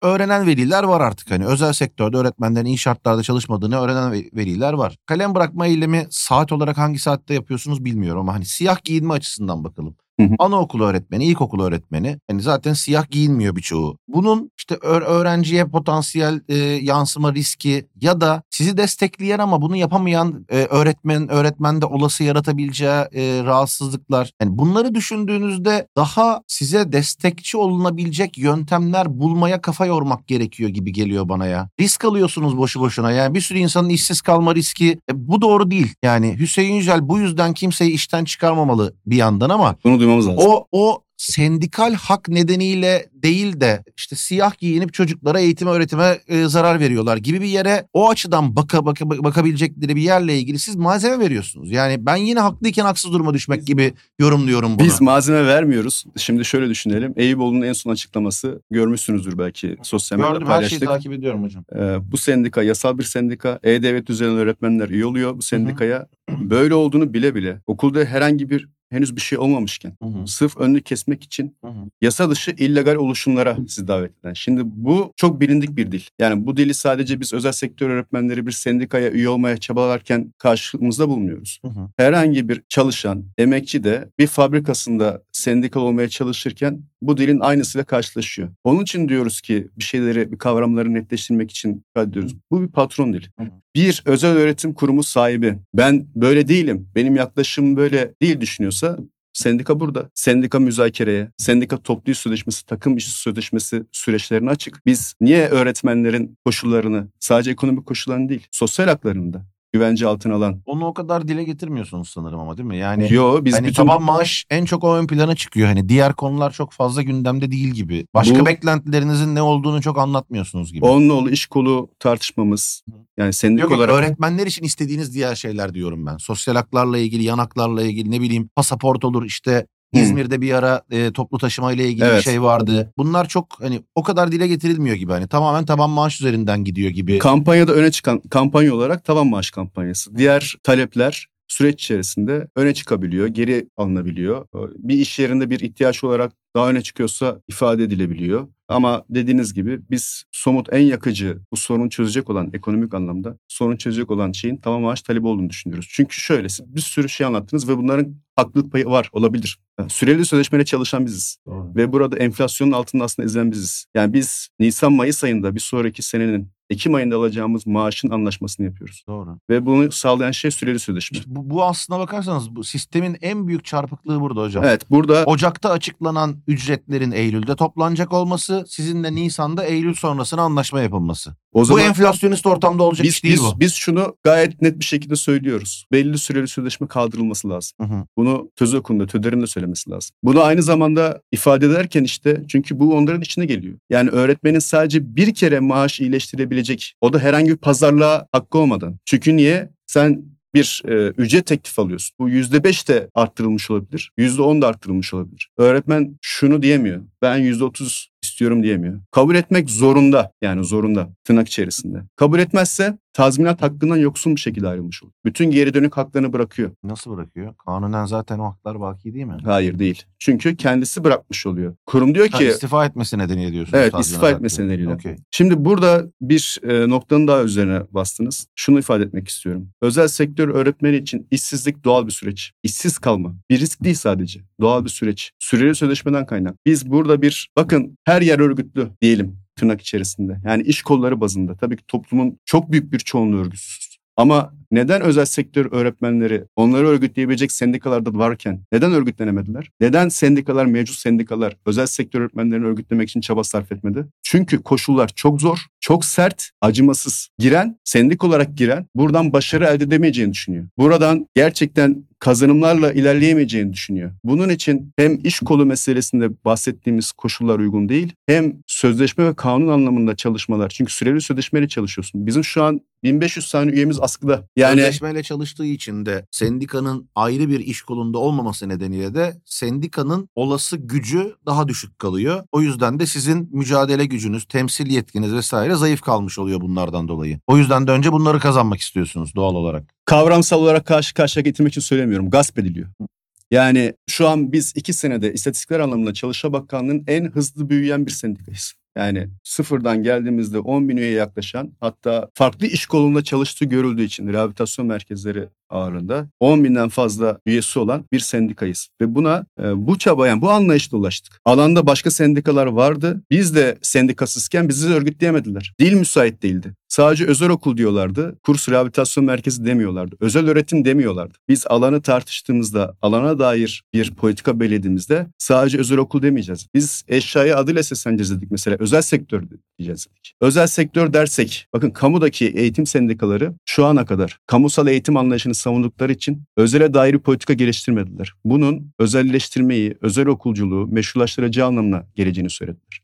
öğrenen veliler var artık. Hani özel sektörde öğretmenlerin iyi şartlarda çalışmadığını öğrenen veliler var. Kalem bırakma eylemi saat olarak hangi saatte yapıyorsunuz bilmiyorum ama hani siyah giyinme açısından bakalım. Anaokulu öğretmeni, ilkokul öğretmeni hani zaten siyah giyinmiyor birçoğu. Bunun işte öğrenciye potansiyel yansıma riski ya da sizi destekleyen ama bunu yapamayan öğretmende olası yaratabileceği rahatsızlıklar. Yani bunları düşündüğünüzde daha size destekçi olunabilecek yöntemler bulmaya kafa yormak gerekiyor gibi geliyor bana ya. Risk alıyorsunuz boşu boşuna. Yani bir sürü insanın işsiz kalma riski bu doğru değil. Yani Hüseyin Yücel bu yüzden kimseyi işten çıkarmamalı bir yandan ama Bunu duymamız lazım. o sendikal hak nedeniyle değil de işte siyah giyinip çocuklara eğitime öğretime zarar veriyorlar gibi bir yere o açıdan bakabilecekleri bir yerle ilgili siz malzeme veriyorsunuz. Yani ben yine haklıyken haksız duruma düşmek gibi yorumluyorum bunu. Biz malzeme vermiyoruz. Şimdi şöyle düşünelim. Eyüboğlu'nun en son açıklaması görmüşsünüzdür belki sosyal medyada Gördüm, her şeyi paylaştık. takip ediyorum hocam. Bu sendika yasal bir sendika. E-Devlet üzerinden öğretmenler üye oluyor bu sendikaya. Böyle olduğunu bile bile okulda herhangi bir henüz bir şey olmamışken sırf önünü kesmek için yasa dışı illegal oluşumlara sizi davet eden. Şimdi bu çok bilindik bir dil. Yani bu dili sadece biz özel sektör öğretmenleri bir sendikaya üye olmaya çabalarken karşımızda bulmuyoruz. Herhangi bir çalışan, emekçi de bir fabrikasında sendikal olmaya çalışırken bu dilin aynısıyla karşılaşıyor. Onun için diyoruz ki bir kavramları netleştirmek için diyoruz. Bu bir patron dili. Bir özel öğretim kurumu sahibi ben böyle değilim, benim yaklaşımım böyle değil düşünüyorsa sendika burada. Sendika müzakereye, sendika toplu iş sözleşmesi, takım iş sözleşmesi süreçlerine açık. Biz niye öğretmenlerin koşullarını, sadece ekonomik koşullarını değil, sosyal haklarını da güvence altına alan. Onu o kadar dile getirmiyorsunuz sanırım ama değil mi? Yani biz hani taban maaş en çok o ön plana çıkıyor. Hani diğer konular çok fazla gündemde değil gibi. Başka beklentilerinizin ne olduğunu çok anlatmıyorsunuz gibi. Onunla iş kolu tartışmamız. Yani sendik olarak. Öğretmenler için istediğiniz diğer şeyler diyorum ben. Sosyal haklarla ilgili, yanaklarla ilgili, ne bileyim pasaport olur işte. İzmir'de bir ara toplu taşıma ile ilgili bir şey vardı. Bunlar çok hani o kadar dile getirilmiyor gibi. Hani tamamen taban maaş üzerinden gidiyor gibi. Kampanyada öne çıkan kampanya olarak taban maaş kampanyası. Diğer talepler süreç içerisinde öne çıkabiliyor, geri alınabiliyor. Bir iş yerinde bir ihtiyaç olarak daha öne çıkıyorsa ifade edilebiliyor. Ama dediğiniz gibi biz somut en yakıcı bu sorunu çözecek olan ekonomik anlamda sorun çözecek olan şeyin taban maaş talebi olduğunu düşünüyoruz. Çünkü şöyle bir sürü şey anlattınız ve bunların haklılık payı var, olabilir. Süreli sözleşmeyle çalışan biziz. Doğru. Ve burada enflasyonun altında aslında ezilen biziz. Yani biz Nisan-Mayıs ayında bir sonraki senenin Ekim ayında alacağımız maaşın anlaşmasını yapıyoruz. Doğru. Ve bunu sağlayan şey süreli sözleşme. İşte bu aslına bakarsanız bu sistemin en büyük çarpıklığı burada hocam. Evet, burada Ocak'ta açıklanan ücretlerin Eylül'de toplanacak olması, sizinle Nisan'da Eylül sonrasına anlaşma yapılması. O zaman, bu enflasyonist ortamda olacak iş değil bu. Biz şunu gayet net bir şekilde söylüyoruz. Belli süreli sözleşme kaldırılması lazım. Bunu TÖZOK'un da TÖDER'in de söylemesi lazım. Bunu aynı zamanda ifade ederken işte çünkü bu onların içine geliyor. Yani öğretmenin sadece bir kere maaş iyileştirebilecek, o da herhangi bir pazarlığa hakkı olmadan. Çünkü niye? Sen bir ücret teklif alıyorsun. Bu %5 de arttırılmış olabilir. %10 da arttırılmış olabilir. Öğretmen şunu diyemiyor. Ben %30 istiyorum diyemiyor. Kabul etmek zorunda. Yani zorunda. Tırnak içerisinde. Kabul etmezse tazminat hakkından yoksun bir şekilde ayrılmış olur. Bütün geri dönük haklarını bırakıyor. Nasıl bırakıyor? Kanunen zaten o haklar baki değil mi? Hayır değil. Çünkü kendisi bırakmış oluyor. Kurum diyor ki... istifa etmesi nedeniyle diyorsunuz. Evet, istifa etmesi nedeniyle. Okay. Şimdi burada bir noktanın daha üzerine bastınız. Şunu ifade etmek istiyorum. Özel sektör öğretmeni için işsizlik doğal bir süreç. İşsiz kalma. Bir risk değil sadece. Doğal bir süreç. Süreli sözleşmeden kaynak. Biz burada bakın her yer örgütlü diyelim tırnak içerisinde. Yani iş kolları bazında. Tabii ki toplumun çok büyük bir çoğunluğu örgütsüz. Ama neden özel sektör öğretmenleri onları örgütleyebilecek sendikalarda varken neden örgütlenemediler? Neden sendikalar, mevcut sendikalar özel sektör öğretmenlerini örgütlemek için çaba sarf etmedi? Çünkü koşullar çok zor, çok sert, acımasız. Sendik olarak giren buradan başarı elde edemeyeceğini düşünüyor. Buradan gerçekten kazanımlarla ilerleyemeyeceğini düşünüyor. Bunun için hem iş kolu meselesinde bahsettiğimiz koşullar uygun değil, hem sözleşme ve kanun anlamında çalışmalar. Çünkü süreli sözleşmeyle çalışıyorsun. Bizim şu an 1500 tane üyemiz askıda. Yani sözleşmeyle çalıştığı için de sendikanın ayrı bir iş kolunda olmaması nedeniyle de sendikanın olası gücü daha düşük kalıyor. O yüzden de sizin mücadele gücünüz, temsil yetkiniz vesaire zayıf kalmış oluyor bunlardan dolayı. O yüzden de önce bunları kazanmak istiyorsunuz doğal olarak. Kavramsal olarak karşı karşıya getirmek için söylemiyorum. Gasp ediliyor. Yani şu an biz 2 senede istatistikler anlamında Çalışma Bakanlığı'nın en hızlı büyüyen bir sendikayız. Yani sıfırdan geldiğimizde 10 bin üyeye yaklaşan, hatta farklı iş kolunda çalıştığı görüldüğü için rehabilitasyon merkezleri ağırlığında 10 binden fazla üyesi olan bir sendikayız. Ve buna bu çabaya, bu anlayışla ulaştık. Alanda başka sendikalar vardı. Biz de sendikasızken bizi örgütleyemediler. Dil müsait değildi. Sadece özel okul diyorlardı. Kurs rehabilitasyon merkezi demiyorlardı. Özel öğretim demiyorlardı. Biz alanı tartıştığımızda, alana dair bir politika belirlediğimizde sadece özel okul demeyeceğiz. Biz eşyaya adıyla sesleneceğiz dedik mesela. Özel sektör diyeceğiz dedik. Özel sektör dersek, bakın kamudaki eğitim sendikaları şu ana kadar kamusal eğitim anlayışını savundukları için özele dair bir politika geliştirmediler. Bunun özelleştirmeyi, özel okulculuğu meşrulaştıracağı anlamına geleceğini söylediler.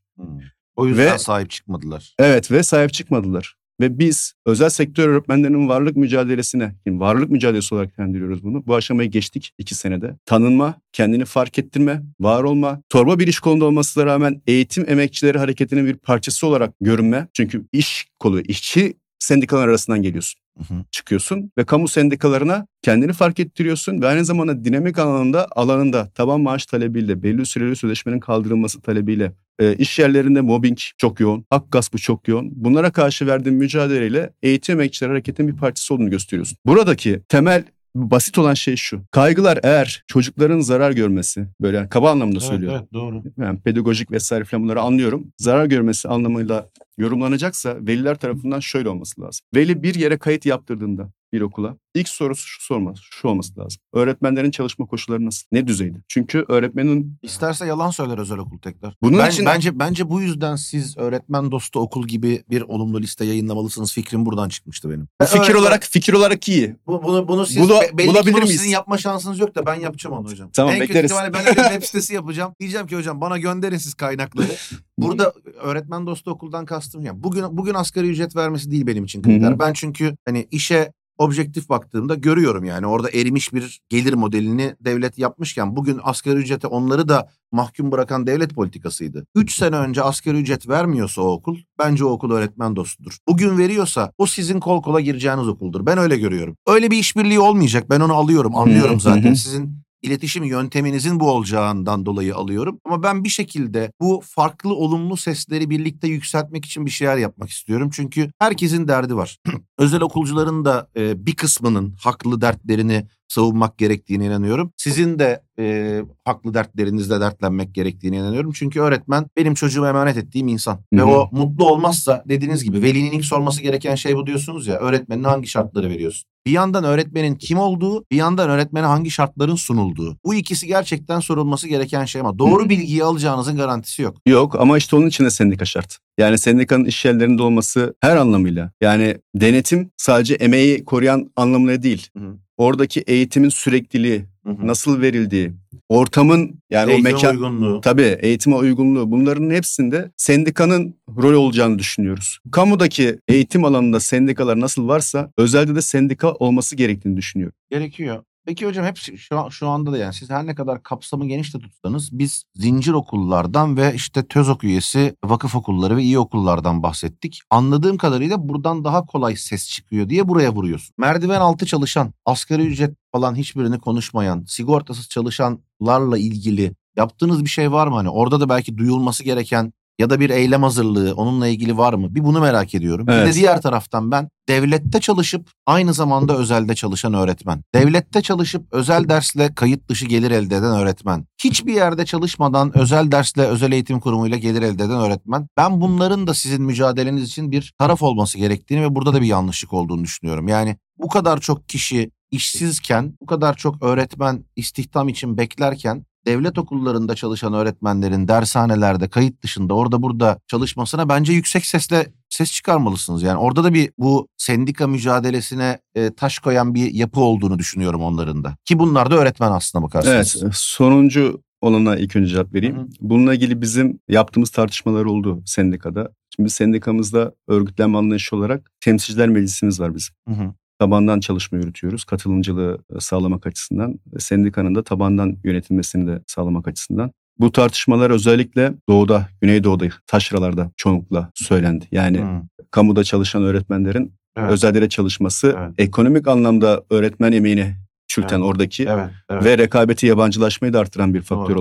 O yüzden sahip çıkmadılar. Evet, ve sahip çıkmadılar. Ve biz özel sektör öğretmenlerinin varlık mücadelesine, yani varlık mücadelesi olarak nitelendiriyoruz bunu. Bu aşamayı geçtik 2 senede. Tanınma, kendini fark ettirme, var olma, torba bir iş kolunda olmasına rağmen eğitim emekçileri hareketinin bir parçası olarak görünme. Çünkü iş kolu, işçi sendikalar arasından geliyorsun. Çıkıyorsun ve kamu sendikalarına kendini fark ettiriyorsun ve aynı zamanda dinamik alanında taban maaş talebiyle, belli süreli sözleşmenin kaldırılması talebiyle, iş yerlerinde mobbing çok yoğun, hak gaspı çok yoğun. Bunlara karşı verdiğin mücadeleyle eğitim emekçileri hareketinin bir parçası olduğunu gösteriyorsun. Buradaki temel basit olan şey şu. Kaygılar eğer çocukların zarar görmesi, böyle yani kaba anlamda söylüyorum. Evet, doğru. Yani pedagojik vesaire falan bunları anlıyorum. Zarar görmesi anlamıyla yorumlanacaksa veliler tarafından şöyle olması lazım. Veli bir yere kayıt yaptırdığında bir okula ilk sorusu şu olması lazım. Öğretmenlerin çalışma koşulları nasıl? Ne düzeyde? Çünkü öğretmenin... İsterse yalan söyler özel okul tekrar. Bunun için... Bence bu yüzden siz öğretmen dostu okul gibi bir olumlu liste yayınlamalısınız. Fikrim buradan çıkmıştı benim. Bu fikir olarak iyi. Bunu siz bulabilir miyiz? Sizin yapma şansınız yok da ben yapacağım onu hocam. Tamam, en bekleriz. kötü ihtimalle ben öyle bir web sitesi yapacağım. Diyeceğim ki hocam bana gönderin siz kaynakları. Burada öğretmen dostu okuldan kastım yani. Bugün asgari ücret vermesi değil benim için kriter. Ben çünkü hani işe objektif baktığımda görüyorum yani orada erimiş bir gelir modelini devlet yapmışken bugün asgari ücrete onları da mahkum bırakan devlet politikasıydı. 3 sene önce asgari ücret vermiyorsa o okul bence o okul öğretmen dostudur. Bugün veriyorsa o sizin kol kola gireceğiniz okuldur. Ben öyle görüyorum. Öyle bir işbirliği olmayacak. Ben onu alıyorum, anlıyorum zaten. Sizin İletişim yönteminizin bu olacağından dolayı alıyorum. Ama ben bir şekilde bu farklı olumlu sesleri birlikte yükseltmek için bir şeyler yapmak istiyorum. Çünkü herkesin derdi var. Özel okulcuların da bir kısmının haklı dertlerini savunmak gerektiğine inanıyorum. Sizin de haklı dertlerinizle dertlenmek gerektiğine inanıyorum. Çünkü öğretmen benim çocuğuma emanet ettiğim insan. Ve o mutlu olmazsa dediğiniz gibi velinin ilk sorması gereken şey bu diyorsunuz ya. Öğretmenine hangi şartları veriyorsun? Bir yandan öğretmenin kim olduğu, bir yandan öğretmene hangi şartların sunulduğu. Bu ikisi gerçekten sorulması gereken şey ama doğru bilgiyi alacağınızın garantisi yok. Yok ama işte onun için de sendika şart. Yani sendikanın iş yerlerinde olması her anlamıyla. Yani denetim sadece emeği koruyan anlamına değil. Oradaki eğitimin sürekliliği, nasıl verildiği, ortamın yani eğitime o mekan uygunluğu. Tabii eğitime uygunluğu, bunların hepsinde sendikanın rol olacağını düşünüyoruz. Kamudaki eğitim alanında sendikalar nasıl varsa özelde de sendika olması gerektiğini düşünüyorum. Gerekiyor. Peki hocam hep şu anda da yani siz her ne kadar kapsamı geniş de tutsanız biz zincir okullardan ve işte TÖZOK üyesi vakıf okulları ve iyi okullardan bahsettik. Anladığım kadarıyla buradan daha kolay ses çıkıyor diye buraya vuruyorsun. Merdiven altı çalışan, asgari ücret falan hiçbirini konuşmayan, sigortasız çalışanlarla ilgili yaptığınız bir şey var mı? Hani orada da belki duyulması gereken ya da bir eylem hazırlığı onunla ilgili var mı? Bir bunu merak ediyorum. Evet. Bir de diğer taraftan ben devlette çalışıp aynı zamanda özelde çalışan öğretmen. Devlette çalışıp özel dersle kayıt dışı gelir elde eden öğretmen. Hiçbir yerde çalışmadan özel dersle özel eğitim kurumuyla gelir elde eden öğretmen. Ben bunların da sizin mücadeleniz için bir taraf olması gerektiğini ve burada da bir yanlışlık olduğunu düşünüyorum. Yani bu kadar çok kişi işsizken, bu kadar çok öğretmen istihdam için beklerken devlet okullarında çalışan öğretmenlerin dershanelerde kayıt dışında orada burada çalışmasına bence yüksek sesle ses çıkarmalısınız. Yani orada da bir bu sendika mücadelesine taş koyan bir yapı olduğunu düşünüyorum onların da. Ki bunlar da öğretmen aslına bakarsanız. Evet, sonuncu olana ilk önce cevap vereyim. Bununla ilgili bizim yaptığımız tartışmalar oldu sendikada. Şimdi sendikamızda örgütlenme anlayışı olarak temsilciler meclisimiz var bizim. Tabandan çalışma yürütüyoruz. Katılımcılığı sağlamak açısından, sendikanın da tabandan yönetilmesini de sağlamak açısından. Bu tartışmalar özellikle doğuda, güneydoğuda, taşralarda çoğunlukla söylendi. Yani kamuda çalışan öğretmenlerin özelde çalışması ekonomik anlamda öğretmen emeğini küçülten oradaki ve rekabeti yabancılaşmayı da artıran bir faktör olarak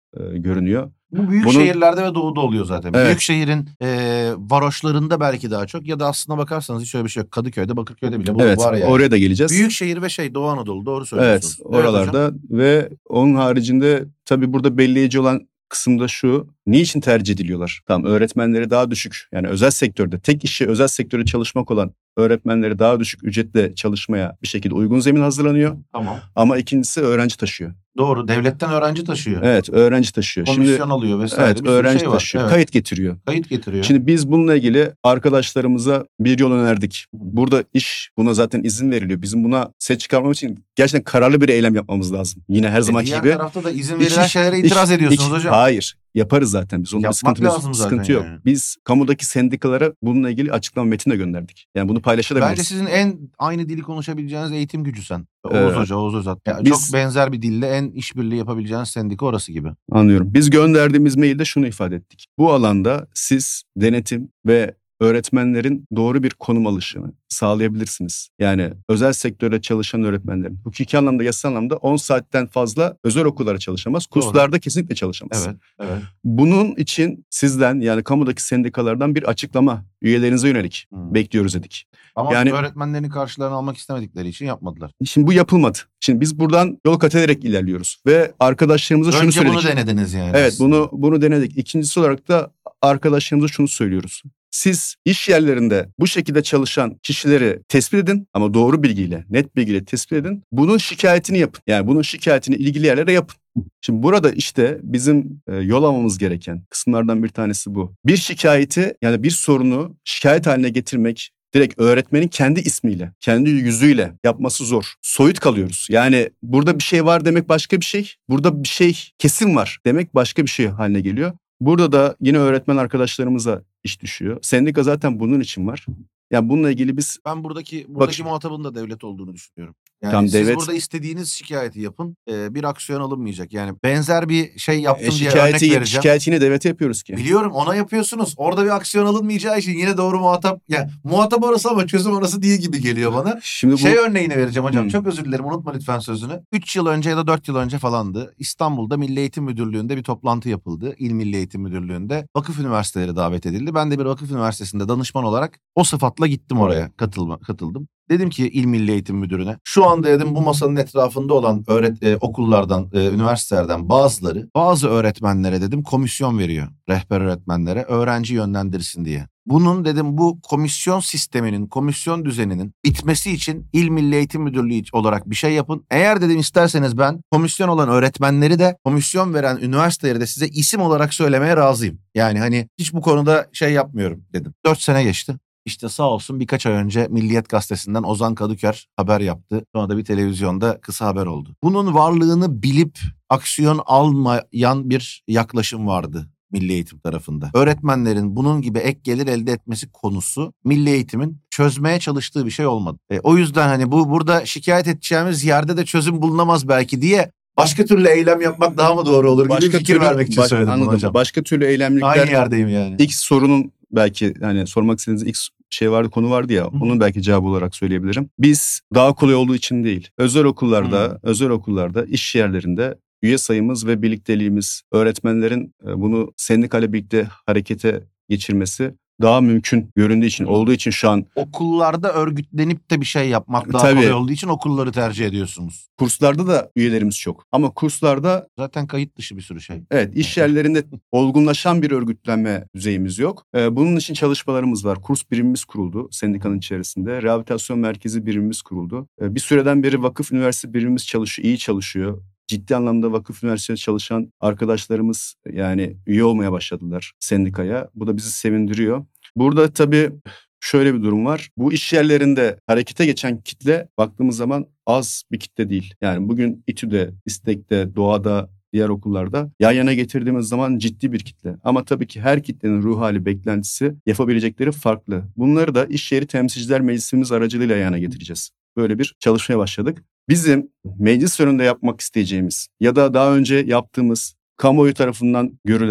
görünüyor. Bu büyük şehirlerde ve doğuda oluyor zaten. Evet. Büyük şehrin varoşlarında belki daha çok ya da aslına bakarsanız hiç öyle bir şey yok. Kadıköy'de, Bakırköy'de bile bu var yani. Oraya da geleceğiz. Büyük şehir ve Doğu Anadolu, doğru söylüyorsunuz. Evet, oralarda ve onun haricinde tabii burada belirleyici olan kısımda şu: niçin tercih ediliyorlar? Tamam, öğretmenleri daha düşük, yani özel sektörde tek işi özel sektörde çalışmak olan öğretmenleri daha düşük ücretle çalışmaya bir şekilde uygun zemin hazırlanıyor. Tamam. Ama ikincisi öğrenci taşıyor. Doğru, devletten öğrenci taşıyor. Evet, öğrenci taşıyor. Komisyon alıyor vesaire. Evet, öğrenci taşıyor. Evet. Kayıt getiriyor. Şimdi biz bununla ilgili arkadaşlarımıza bir yol önerdik. Burada buna zaten izin veriliyor. Bizim buna ses çıkarmamız için gerçekten kararlı bir eylem yapmamız lazım. Yine her zamanki gibi. Diğer tarafta da izin verilen şeylere itiraz ediyorsunuz hocam. Hayır. Yaparız zaten biz. Onda sıkıntı yok. Yani. Biz kamudaki sendikalara bununla ilgili açıklama metni de gönderdik. Yani bunu paylaşabiliriz. Bence sizin en aynı dili konuşabileceğiniz eğitim gücü sen. Oğuz Özat. Yani çok benzer bir dille en işbirliği yapabileceğiniz sendika orası gibi. Anlıyorum. Biz gönderdiğimiz mailde şunu ifade ettik: bu alanda siz denetim ve öğretmenlerin doğru bir konum alışını sağlayabilirsiniz. Yani özel sektörde çalışan öğretmenlerin hukuki anlamda, yasal anlamda 10 saatten fazla özel okullara çalışamaz. Kurslarda kesinlikle çalışamaz. Evet. Bunun için sizden, yani kamudaki sendikalardan bir açıklama üyelerinize yönelik bekliyoruz dedik. Ama yani öğretmenlerin karşılarını almak istemedikleri için yapmadılar. Şimdi bu yapılmadı. Şimdi biz buradan yol kat ederek ilerliyoruz ve arkadaşlarımıza şunu söyledik. Önce bunu denediniz yani. Evet, bunu denedik. İkincisi olarak da arkadaşlarımıza şunu söylüyoruz: siz iş yerlerinde bu şekilde çalışan kişileri tespit edin ama doğru bilgiyle, net bilgiyle tespit edin. Bunun şikayetini yapın. Yani bunun şikayetini ilgili yerlere yapın. Şimdi burada işte bizim yol almamız gereken kısımlardan bir tanesi bu. Bir şikayeti, yani bir sorunu şikayet haline getirmek direkt öğretmenin kendi ismiyle, kendi yüzüyle yapması zor. Soyut kalıyoruz. Yani burada bir şey var demek başka bir şey. Burada bir şey kesin var demek başka bir şey haline geliyor. Burada da yine öğretmen arkadaşlarımıza iş düşüyor. Sendika zaten bunun için var. Yani bununla ilgili ben buradaki muhatabın da devlet olduğunu düşünüyorum. Yani tam siz burada istediğiniz şikayeti yapın. Bir aksiyon alınmayacak. Yani benzer bir şey yaptım diye örnek vereceğim. Şikayeti yine devlete yapıyoruz ki. Biliyorum, ona yapıyorsunuz. Orada bir aksiyon alınmayacağı için yine doğru muhatap. Yani muhatap orası ama çözüm orası değil gibi geliyor bana. Şimdi örneğini vereceğim hocam. Çok özür dilerim, unutma lütfen sözünü. 3 yıl önce ya da 4 yıl önce falandı. İstanbul'da Milli Eğitim Müdürlüğü'nde bir toplantı yapıldı. İl Milli Eğitim Müdürlüğü'nde vakıf üniversiteleri davet edildi. Ben de bir vakıf üniversitesinde danışman olarak o sıfatla gittim oraya. Katıldım. Dedim ki İl Milli Eğitim Müdürü'ne, şu anda dedim bu masanın etrafında olan okullardan, üniversitelerden bazı öğretmenlere dedim komisyon veriyor. Rehber öğretmenlere öğrenci yönlendirsin diye. Bunun dedim bu komisyon sisteminin, komisyon düzeninin bitmesi için İl Milli Eğitim Müdürlüğü olarak bir şey yapın. Eğer dedim isterseniz ben komisyon olan öğretmenleri de, komisyon veren üniversiteleri de size isim olarak söylemeye razıyım. Yani hani hiç bu konuda şey yapmıyorum dedim. 4 sene geçti. İşte sağ olsun birkaç ay önce Milliyet Gazetesi'nden Ozan Kadıker haber yaptı. Sonra da bir televizyonda kısa haber oldu. Bunun varlığını bilip aksiyon almayan bir yaklaşım vardı Milli Eğitim tarafında. Öğretmenlerin bunun gibi ek gelir elde etmesi konusu Milli Eğitim'in çözmeye çalıştığı bir şey olmadı. O yüzden hani burada şikayet edeceğimiz yerde de çözüm bulunamaz belki diye başka türlü eylem yapmak daha mı doğru olur gibi fikir vermek için söyledim bunu hocam. Başka türlü eylemlikler. Aynı yerdeyim yani. İlk sorunun belki hani sormak istediğiniz ilk konu vardı ya, onun belki cevabı olarak söyleyebilirim. Biz daha kolay olduğu için değil, özel okullarda, iş yerlerinde üye sayımız ve birlikteliğimiz, öğretmenlerin bunu sendikayla birlikte harekete geçirmesi daha mümkün göründüğü için, olduğu için şu an okullarda örgütlenip de bir şey yapmak daha kolay olduğu için okulları tercih ediyorsunuz. Kurslarda da üyelerimiz çok. Ama kurslarda zaten kayıt dışı bir sürü şey. Evet, iş yerlerinde olgunlaşan bir örgütlenme düzeyimiz yok. Bunun için çalışmalarımız var. Kurs birimimiz kuruldu sendikanın içerisinde. Rehabilitasyon merkezi birimimiz kuruldu. Bir süreden beri vakıf üniversite birimimiz çalışıyor, iyi çalışıyor. Ciddi anlamda vakıf üniversitede çalışan arkadaşlarımız yani üye olmaya başladılar sendikaya. Bu da bizi sevindiriyor. Burada tabii şöyle bir durum var. Bu iş yerlerinde harekete geçen kitle baktığımız zaman az bir kitle değil. Yani bugün İTÜ'de, İSTEK'te, Doğa'da, diğer okullarda yan yana getirdiğimiz zaman ciddi bir kitle. Ama tabii ki her kitlenin ruh hali, beklentisi, yapabilecekleri farklı. Bunları da iş yeri temsilciler meclisimiz aracılığıyla yan yana getireceğiz. Böyle bir çalışmaya başladık. Bizim meclis önünde yapmak isteyeceğimiz ya da daha önce yaptığımız, kamuoyu tarafından görülen,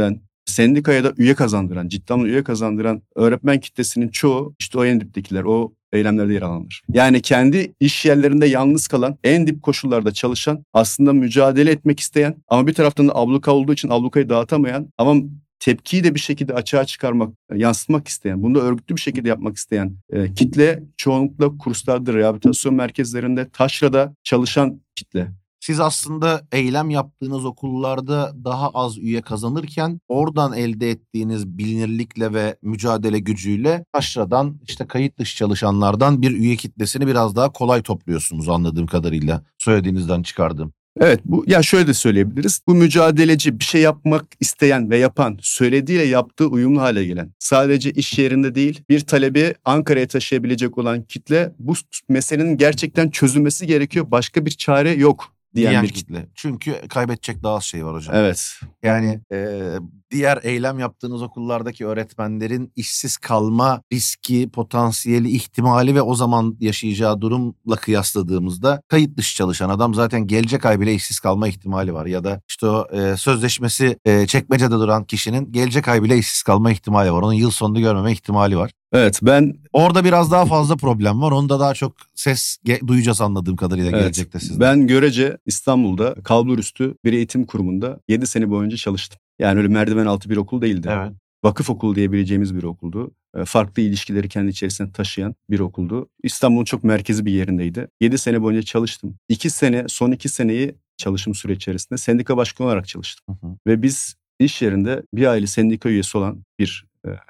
sendikaya da üye kazandıran, ciddi anlamda üye kazandıran öğretmen kitlesinin çoğu işte o en diptekiler, o eylemlerde yer alanlar. Yani kendi iş yerlerinde yalnız kalan, en dip koşullarda çalışan, aslında mücadele etmek isteyen ama bir taraftan da abluka olduğu için ablukayı dağıtamayan ama tepkiyi de bir şekilde açığa çıkarmak, yansıtmak isteyen, bunu da örgütlü bir şekilde yapmak isteyen kitle çoğunlukla kurslarda, rehabilitasyon merkezlerinde, taşrada çalışan kitle. Siz aslında eylem yaptığınız okullarda daha az üye kazanırken oradan elde ettiğiniz bilinirlikle ve mücadele gücüyle taşradan işte kayıt dışı çalışanlardan bir üye kitlesini biraz daha kolay topluyorsunuz anladığım kadarıyla söylediğinizden çıkardım. Evet, bu ya şöyle de söyleyebiliriz. Bu mücadeleci, bir şey yapmak isteyen ve yapan, söylediğiyle yaptığı uyumlu hale gelen, sadece iş yerinde değil, bir talebi Ankara'ya taşıyabilecek olan kitle, bu meselenin gerçekten çözülmesi gerekiyor, başka bir çare yok diyen bir kitle. Çünkü kaybedecek daha az şey var hocam. Evet. Yani diğer eylem yaptığınız okullardaki öğretmenlerin işsiz kalma riski, potansiyeli, ihtimali ve o zaman yaşayacağı durumla kıyasladığımızda kayıt dışı çalışan adam zaten gelecek ay bile işsiz kalma ihtimali var. Ya da işte o sözleşmesi çekmecede duran kişinin gelecek ay bile işsiz kalma ihtimali var. Onun yıl sonunu görmeme ihtimali var. Evet, Orada biraz daha fazla problem var. Onda daha çok ses duyacağız anladığım kadarıyla gelecekte sizden. Ben görece İstanbul'da kalburüstü bir eğitim kurumunda 7 sene boyunca çalıştım. Yani öyle merdiven altı bir okul değildi. Evet. Vakıf okulu diyebileceğimiz bir okuldu. Farklı ilişkileri kendi içerisinde taşıyan bir okuldu. İstanbul'un çok merkezi bir yerindeydi. 7 sene boyunca çalıştım. Son 2 seneyi çalışım süre içerisinde sendika başkanı olarak çalıştım. Hı hı. Ve biz iş yerinde bir aile sendika üyesi olan bir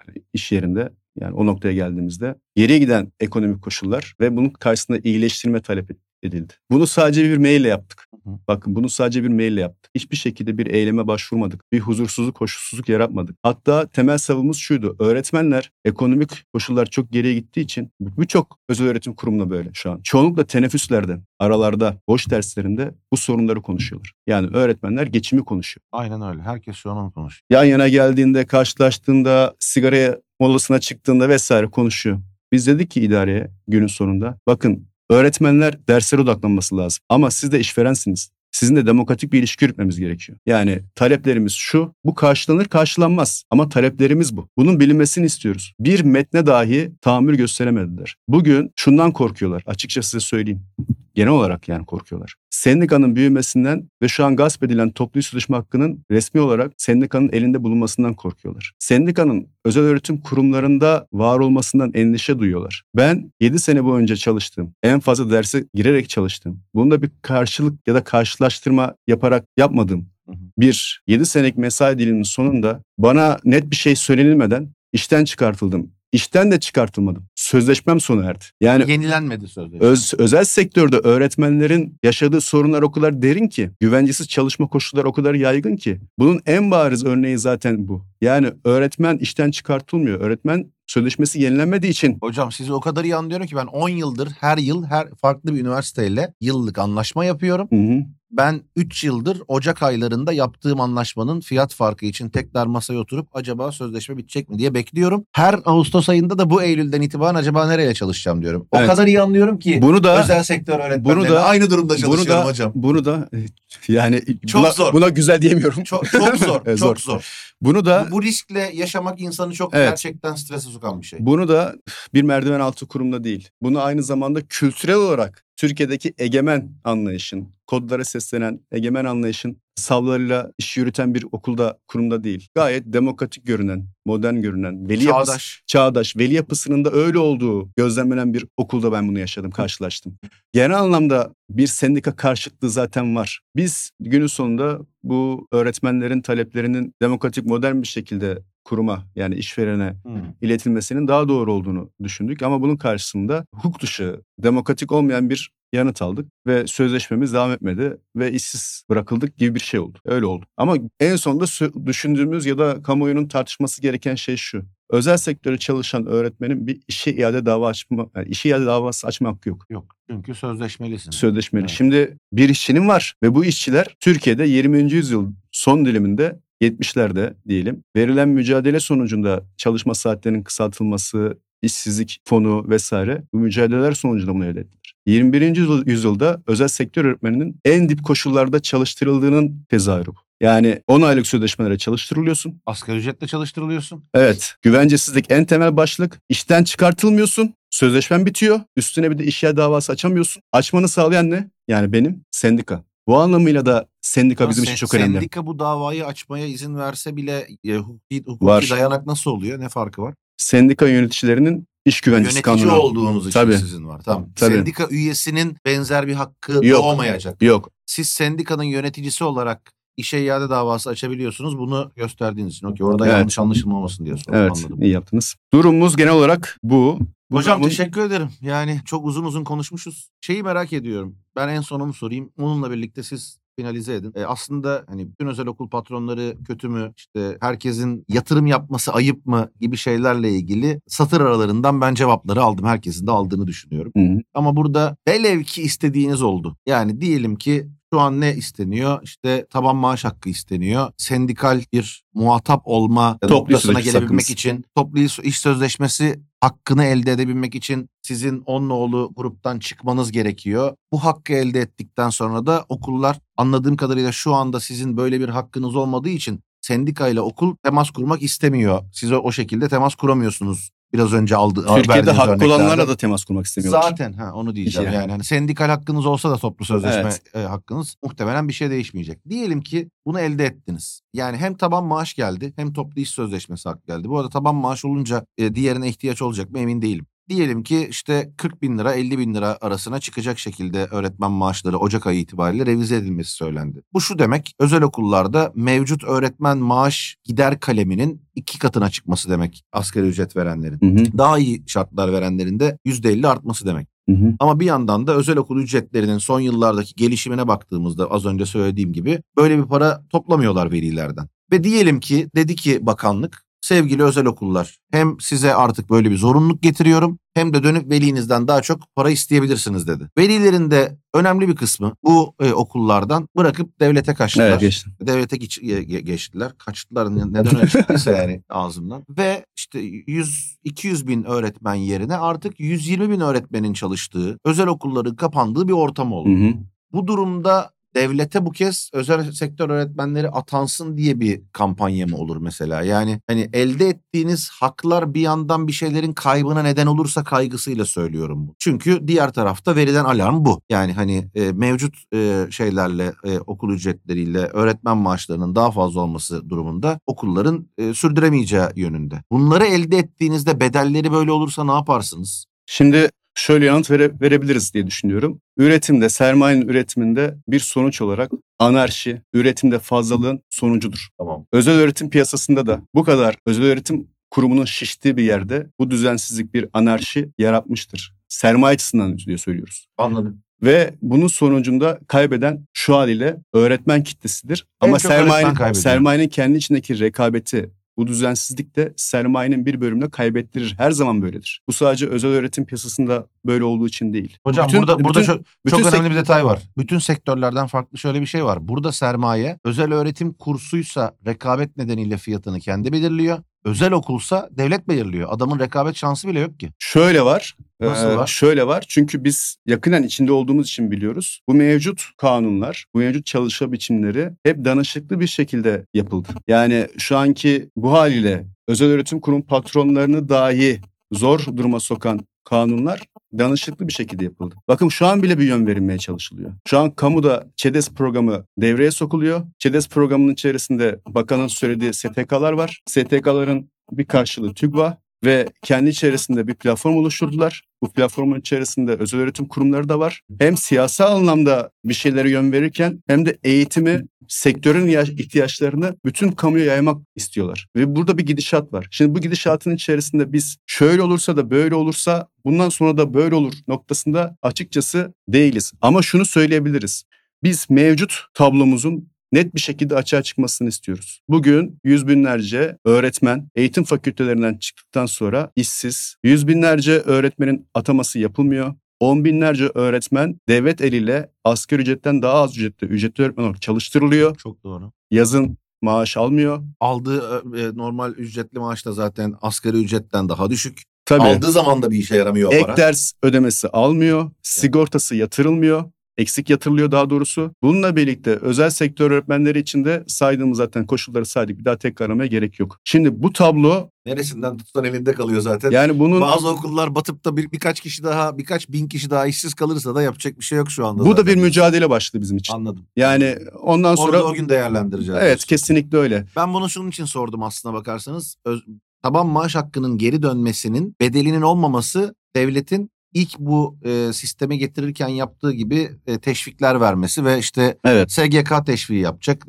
iş yerinde, yani o noktaya geldiğimizde geriye giden ekonomik koşullar ve bunun karşısında iyileştirme talep edildi. Bunu sadece bir maille yaptık. Bakın, bunu sadece bir maille yaptık. Hiçbir şekilde bir eyleme başvurmadık. Bir huzursuzluk, koşulsuzluk yaratmadık. Hatta temel savımız şuydu. Öğretmenler, ekonomik koşullar çok geriye gittiği için birçok özel öğretim kurumunda böyle şu an. Çoğunlukla teneffüslerde, aralarda, boş derslerinde bu sorunları konuşuyorlar. Yani öğretmenler geçimi konuşuyor. Aynen öyle. Herkes şu an onu konuşuyor. Yan yana geldiğinde, karşılaştığında, sigaraya molasına çıktığında vesaire konuşuyor. Biz dedik ki idareye günün sonunda, bakın, öğretmenler derslere odaklanması lazım. Ama siz de işverensiniz. Sizin de demokratik bir ilişki yürütmemiz gerekiyor. Yani taleplerimiz şu, bu karşılanır karşılanmaz. Ama taleplerimiz bu. Bunun bilinmesini istiyoruz. Bir metne dahi tahammül gösteremediler. Bugün şundan korkuyorlar. Açıkça size söyleyeyim. Genel olarak yani korkuyorlar. Sendikanın büyümesinden ve şu an gasp edilen toplu sözleşme hakkının resmi olarak sendikanın elinde bulunmasından korkuyorlar. Sendikanın özel öğretim kurumlarında var olmasından endişe duyuyorlar. Ben 7 sene boyunca çalıştım. En fazla derse girerek çalıştım. Bunda bir karşılık ya da karşılaştırma yaparak yapmadım. Bir 7 senelik mesai dilinin sonunda bana net bir şey söylenilmeden işten çıkartıldım. İşten de çıkartılmadım. Sözleşmem sona erdi. Yani yenilenmedi sözleşme. özel sektörde öğretmenlerin yaşadığı sorunlar o kadar derin ki, güvencesiz çalışma koşulları o kadar yaygın ki. Bunun en bariz örneği zaten bu. Yani öğretmen işten çıkartılmıyor. Öğretmen sözleşmesi yenilenmediği için. Hocam sizi o kadar iyi anlıyorum ki ben 10 yıldır her yıl farklı bir üniversiteyle yıllık anlaşma yapıyorum. Hı. Ben 3 yıldır Ocak aylarında yaptığım anlaşmanın fiyat farkı için tekrar masaya oturup acaba sözleşme bitecek mi diye bekliyorum. Her Ağustos ayında da bu Eylül'den itibaren acaba nereye çalışacağım diyorum. O kadar iyi anlıyorum ki bunu da, özel sektör öğretmenlerine aynı durumda çalışıyorum hocam. Bunu da yani çok zor. Buna güzel diyemiyorum. Çok zor. Çok zor. Bunu da bu riskle yaşamak insanı çok gerçekten strese sokan bir şey. Bunu da bir merdiven altı kurumda değil. Bunu aynı zamanda kültürel olarak Türkiye'deki egemen anlayışın, kodlara seslenen egemen anlayışın savlarıyla iş yürüten bir okulda, kurumda değil. Gayet demokratik görünen, modern görünen, çağdaş, veli yapısının da öyle olduğu gözlemlenen bir okulda ben bunu yaşadım, karşılaştım. Genel anlamda bir sendika karşıtlığı zaten var. Biz günün sonunda bu öğretmenlerin taleplerinin demokratik, modern bir şekilde kuruma, yani işverene iletilmesinin daha doğru olduğunu düşündük. Ama bunun karşısında hukuk dışı, demokratik olmayan bir yanıt aldık ve sözleşmemiz devam etmedi ve işsiz bırakıldık gibi bir şey oldu. Öyle oldu. Ama en sonunda düşündüğümüz ya da kamuoyunun tartışması gereken şey şu. Özel sektörde çalışan öğretmenin bir işe iade davası açma hakkı yok. Yok. Çünkü sözleşmelisin. Sözleşmeli. Evet. Şimdi bir işçinin var ve bu işçiler Türkiye'de 20. yüzyıl son diliminde 70'lerde diyelim verilen mücadele sonucunda çalışma saatlerinin kısaltılması, işsizlik fonu vesaire bu mücadeleler sonucunda bunu elde ettiler. 21. yüzyılda özel sektör öğretmeninin en dip koşullarda çalıştırıldığının tezahürü bu. Yani 10 aylık sözleşmelere çalıştırılıyorsun. Asgari ücretle çalıştırılıyorsun. Evet. Güvencesizlik en temel başlık. İşten çıkartılmıyorsun. Sözleşmen bitiyor. Üstüne bir de işyer davası açamıyorsun. Açmanı sağlayan ne? Yani benim sendika. Bu anlamıyla da sendika bizim için çok önemli. Sendika bu davayı açmaya izin verse bile hukuki Var. dayanak nasıl oluyor? Ne farkı var? Sendika yöneticilerinin iş güvencesi kanunu. Yönetici olduğunuz için Tabii. sizin var. Tamam. Tabii. Sendika üyesinin benzer bir hakkı Yok. doğmayacak. Yok. Siz sendikanın yöneticisi olarak işe iade davası açabiliyorsunuz. Bunu gösterdiğiniz için. Okey, orada Evet. yanlış anlaşılmamasın diye sordum. Evet. Anladım. İyi yaptınız. Durumumuz genel olarak bu. Hocam teşekkür ederim. Yani çok uzun uzun konuşmuşuz. Şeyi merak ediyorum. Ben en son onu sorayım. Onunla birlikte siz finalize edin. Aslında hani bütün özel okul patronları kötü mü? İşte herkesin yatırım yapması ayıp mı gibi şeylerle ilgili satır aralarından ben cevapları aldım. Herkesin de aldığını düşünüyorum. Hı. Ama burada velev ki istediğiniz oldu. Yani diyelim ki şu an ne isteniyor? İşte taban maaş hakkı isteniyor. Sendikal bir muhatap olma noktasına gelebilmek için, toplu iş sözleşmesi hakkını elde edebilmek için sizin 10 nolu gruptan çıkmanız gerekiyor. Bu hakkı elde ettikten sonra da okullar anladığım kadarıyla şu anda sizin böyle bir hakkınız olmadığı için sendikayla okul temas kurmak istemiyor. Siz o şekilde temas kuramıyorsunuz. Biraz önce Türkiye'de hakkı olanlarla da temas kurmak istemiyorlar. Zaten onu diyeceğim. Yani hani sendikal hakkınız olsa da toplu sözleşme hakkınız muhtemelen bir şey değişmeyecek. Diyelim ki bunu elde ettiniz. Yani hem taban maaş geldi hem toplu iş sözleşmesi hakkı geldi. Bu arada taban maaş olunca diğerine ihtiyaç olacak mı emin değilim. Diyelim ki işte 40 bin lira 50 bin lira arasına çıkacak şekilde öğretmen maaşları Ocak ayı itibariyle revize edilmesi söylendi. Bu şu demek, özel okullarda mevcut öğretmen maaş gider kaleminin 2 katına çıkması demek asgari ücret verenlerin. Hı. Daha iyi şartlar verenlerin de %50 artması demek. Hı. Ama bir yandan da özel okul ücretlerinin son yıllardaki gelişimine baktığımızda az önce söylediğim gibi böyle bir para toplamıyorlar velilerden. Ve diyelim ki dedi ki bakanlık, sevgili özel okullar, hem size artık böyle bir zorunluluk getiriyorum hem de dönüp velinizden daha çok para isteyebilirsiniz dedi. Velilerin de önemli bir kısmı bu okullardan bırakıp devlete kaçtılar. Evet, geçtim. Devlete geçtiler. Kaçtılar neden öyle çıktıysa yani ağzımdan. Ve işte 100-200 bin öğretmen yerine artık 120 bin öğretmenin çalıştığı, özel okulların kapandığı bir ortam oldu. Hı. Bu durumda devlete bu kez özel sektör öğretmenleri atansın diye bir kampanya mı olur mesela? Yani hani elde ettiğiniz haklar bir yandan bir şeylerin kaybına neden olursa kaygısıyla söylüyorum bu. Çünkü diğer tarafta verilen alarm bu. Yani hani mevcut şeylerle okul ücretleriyle öğretmen maaşlarının daha fazla olması durumunda okulların sürdüremeyeceği yönünde. Bunları elde ettiğinizde bedelleri böyle olursa ne yaparsınız? Şimdi şöyle yanıt verebiliriz diye düşünüyorum. Üretimde, sermayenin üretiminde bir sonuç olarak anarşi, üretimde fazlalığın sonucudur. Tamam. Özel öğretim piyasasında da bu kadar özel öğretim kurumunun şiştiği bir yerde bu düzensizlik bir anarşi yaratmıştır. Sermaye açısından diye söylüyoruz. Anladım. Ve bunun sonucunda kaybeden şu haliyle öğretmen kitlesidir. Ama sermayenin kendi içindeki rekabeti, bu düzensizlik de sermayenin bir bölümünü kaybettirir. Her zaman böyledir. Bu sadece özel öğretim piyasasında böyle olduğu için değil. Hocam burada çok önemli bir detay var. Bütün sektörlerden farklı şöyle bir şey var. Burada sermaye özel öğretim kursuysa rekabet nedeniyle fiyatını kendi belirliyor. Özel okulsa devlet belirliyor. Adamın rekabet şansı bile yok ki. Şöyle var. Nasıl var? Şöyle var. Çünkü biz yakinen içinde olduğumuz için biliyoruz. Bu mevcut kanunlar, bu mevcut çalışma biçimleri hep danışıklı bir şekilde yapıldı. Yani şu anki bu haliyle özel öğretim kurum patronlarını dahi zor duruma sokan kanunlar danışıklı bir şekilde yapıldı. Bakın şu an bile bir yön verilmeye çalışılıyor. Şu an kamuda ÇEDES programı devreye sokuluyor. ÇEDES programının içerisinde bakanın söylediği STK'lar var. STK'ların bir karşılığı TÜGVA ve kendi içerisinde bir platform oluşturdular. Bu platformun içerisinde özel öğretim kurumları da var. Hem siyasal anlamda bir şeylere yön verirken hem de eğitimi, sektörün ihtiyaçlarını bütün kamuya yaymak istiyorlar. Ve burada bir gidişat var. Şimdi bu gidişatın içerisinde biz şöyle olursa da böyle olursa bundan sonra da böyle olur noktasında açıkçası değiliz. Ama şunu söyleyebiliriz. Biz mevcut tablomuzun net bir şekilde açığa çıkmasını istiyoruz. Bugün yüz binlerce öğretmen eğitim fakültelerinden çıktıktan sonra işsiz, yüz binlerce öğretmenin ataması yapılmıyor. 10 binlerce öğretmen devlet eliyle asgari ücretten daha az ücretli öğretmen olarak çalıştırılıyor. Çok doğru. Yazın maaş almıyor. Aldığı normal ücretli maaş da zaten asgari ücretten daha düşük. Tabii. Aldığı zaman da bir işe yaramıyor o para. Ek ders ödemesi almıyor. Sigortası yatırılmıyor. eksik yatırılıyor daha doğrusu. Bununla birlikte özel sektör öğretmenleri için de saydığımız zaten koşulları saydık. Bir daha tekrarlamaya gerek yok. Şimdi bu tablo Neresinden tutsan elinde kalıyor zaten. yani bunun Bazı okullar batıp da birkaç bin kişi daha işsiz kalırsa da yapacak bir şey yok şu anda. bu da zaten. bir mücadele başladı bizim için. Anladım. Yani ondan sonra Orada o gün değerlendireceğiz. evet kesinlikle öyle. Ben bunu şunun için sordum aslına bakarsanız. Taban maaş hakkının geri dönmesinin bedelinin olmaması devletin ilk bu sisteme getirirken yaptığı gibi teşvikler vermesi ve işte Evet. SGK teşviği yapacak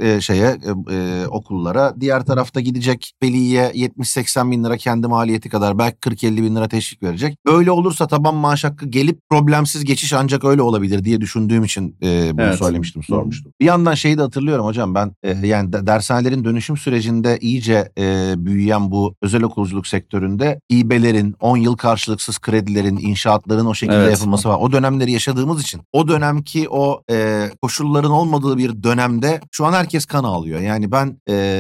okullara. Diğer tarafta gidecek veliye 70-80 bin lira kendi maliyeti kadar belki 40-50 bin lira teşvik verecek. Böyle olursa taban maaş hakkı gelip problemsiz geçiş ancak öyle olabilir diye düşündüğüm için bunu Evet. söylemiştim, sormuştum. Bir yandan şeyi de hatırlıyorum hocam ben yani dershanelerin dönüşüm sürecinde iyice büyüyen bu özel okulculuk sektöründe İB'lerin 10 yıl karşılıksız kredilerin inşaatların o şekilde Evet. yapılması var. O dönemleri yaşadığımız için o dönemki o koşulların olmadığı bir dönemde şu an herkes kan ağlıyor. Yani ben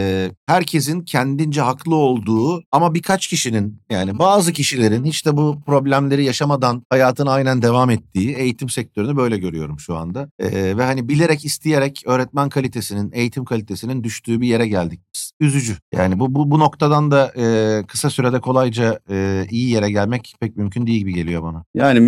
herkesin kendince haklı olduğu ama birkaç kişinin yani bazı kişilerin hiç de bu problemleri yaşamadan hayatına aynen devam ettiği eğitim sektörünü böyle görüyorum şu anda. Ve hani bilerek isteyerek öğretmen kalitesinin, eğitim kalitesinin düştüğü bir yere geldik biz. Üzücü. Yani bu noktadan da kısa sürede kolayca iyi yere gelmek pek mümkün değil gibi geliyor bana. Yani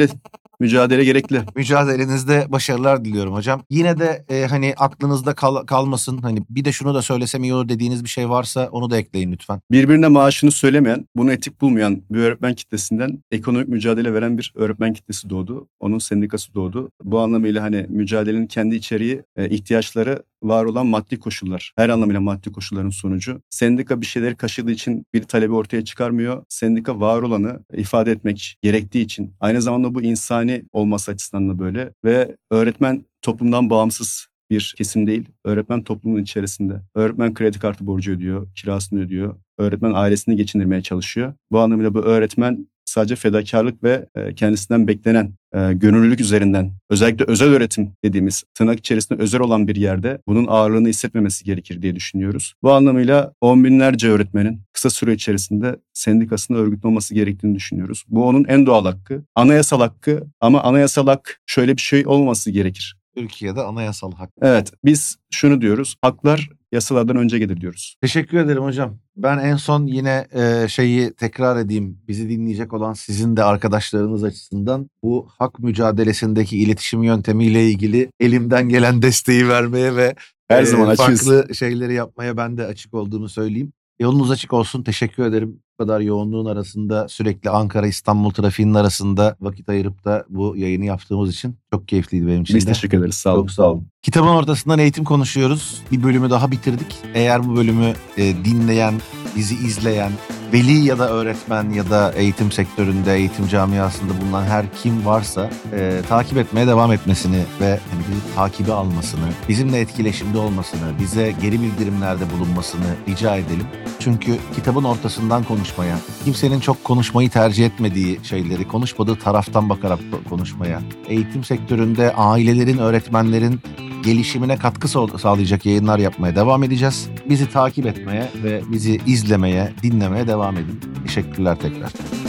mücadele gerekli. Mücadelenizde başarılar diliyorum hocam. Yine de hani aklınızda kalmasın. Hani bir de şunu da söylesem iyi olur dediğiniz bir şey varsa onu da ekleyin lütfen. Birbirine maaşını söylemeyen, bunu etik bulmayan bir öğretmen kitlesinden ekonomik mücadele veren bir öğretmen kitlesi doğdu. Onun sendikası doğdu. Bu anlamıyla hani mücadelenin kendi içeriği, ihtiyaçları, var olan maddi koşullar. Her anlamıyla maddi koşulların sonucu. Sendika bir şeyleri kaşıdığı için bir talebi ortaya çıkarmıyor. Sendika var olanı ifade etmek gerektiği için. Aynı zamanda bu insani olması açısından da böyle. Ve öğretmen toplumdan bağımsız bir kesim değil. Öğretmen toplumun içerisinde. Öğretmen kredi kartı borcu ödüyor, kirasını ödüyor. Öğretmen ailesini geçindirmeye çalışıyor. Bu anlamıyla bu öğretmen sadece fedakarlık ve kendisinden beklenen gönüllülük üzerinden, özellikle özel öğretim dediğimiz tırnak içerisinde özel olan bir yerde bunun ağırlığını hissetmemesi gerekir diye düşünüyoruz. Bu anlamıyla on binlerce öğretmenin kısa süre içerisinde sendikasını örgütlü olması gerektiğini düşünüyoruz. Bu onun en doğal hakkı, anayasal hakkı ama anayasal hak şöyle bir şey olmaması gerekir. Türkiye'de anayasal hak. Evet, biz şunu diyoruz, haklar yasalardan önce gelir diyoruz. Teşekkür ederim hocam. Ben en son yine şeyi tekrar edeyim. Bizi dinleyecek olan sizin de arkadaşlarınız açısından bu hak mücadelesindeki iletişim yöntemiyle ilgili elimden gelen desteği vermeye ve Her zaman açığız. farklı şeyleri yapmaya ben de açık olduğumu söyleyeyim. Yolunuz açık olsun. Teşekkür ederim. Bu kadar yoğunluğun arasında sürekli Ankara-İstanbul trafiğinin arasında vakit ayırıp da bu yayını yaptığımız için çok keyifliydi benim için Biz de. teşekkür ederiz. Sağ olun. Çok sağ olun. Kitabın ortasından eğitim konuşuyoruz. Bir bölümü daha bitirdik. Eğer bu bölümü dinleyen, bizi izleyen, veli ya da öğretmen ya da eğitim sektöründe, eğitim camiasında bulunan her kim varsa takip etmeye devam etmesini ve hani bizi takibe almasını, bizimle etkileşimde olmasını, bize geri bildirimlerde bulunmasını rica edelim. Çünkü kitabın ortasından konuşmaya, kimsenin çok konuşmayı tercih etmediği şeyleri, konuşmadığı taraftan bakarak konuşmaya, eğitim sektöründe ailelerin, öğretmenlerin gelişimine katkı sağlayacak yayınlar yapmaya devam edeceğiz. Bizi takip etmeye ve bizi izlemeye, dinlemeye devam edin. Teşekkürler tekrar.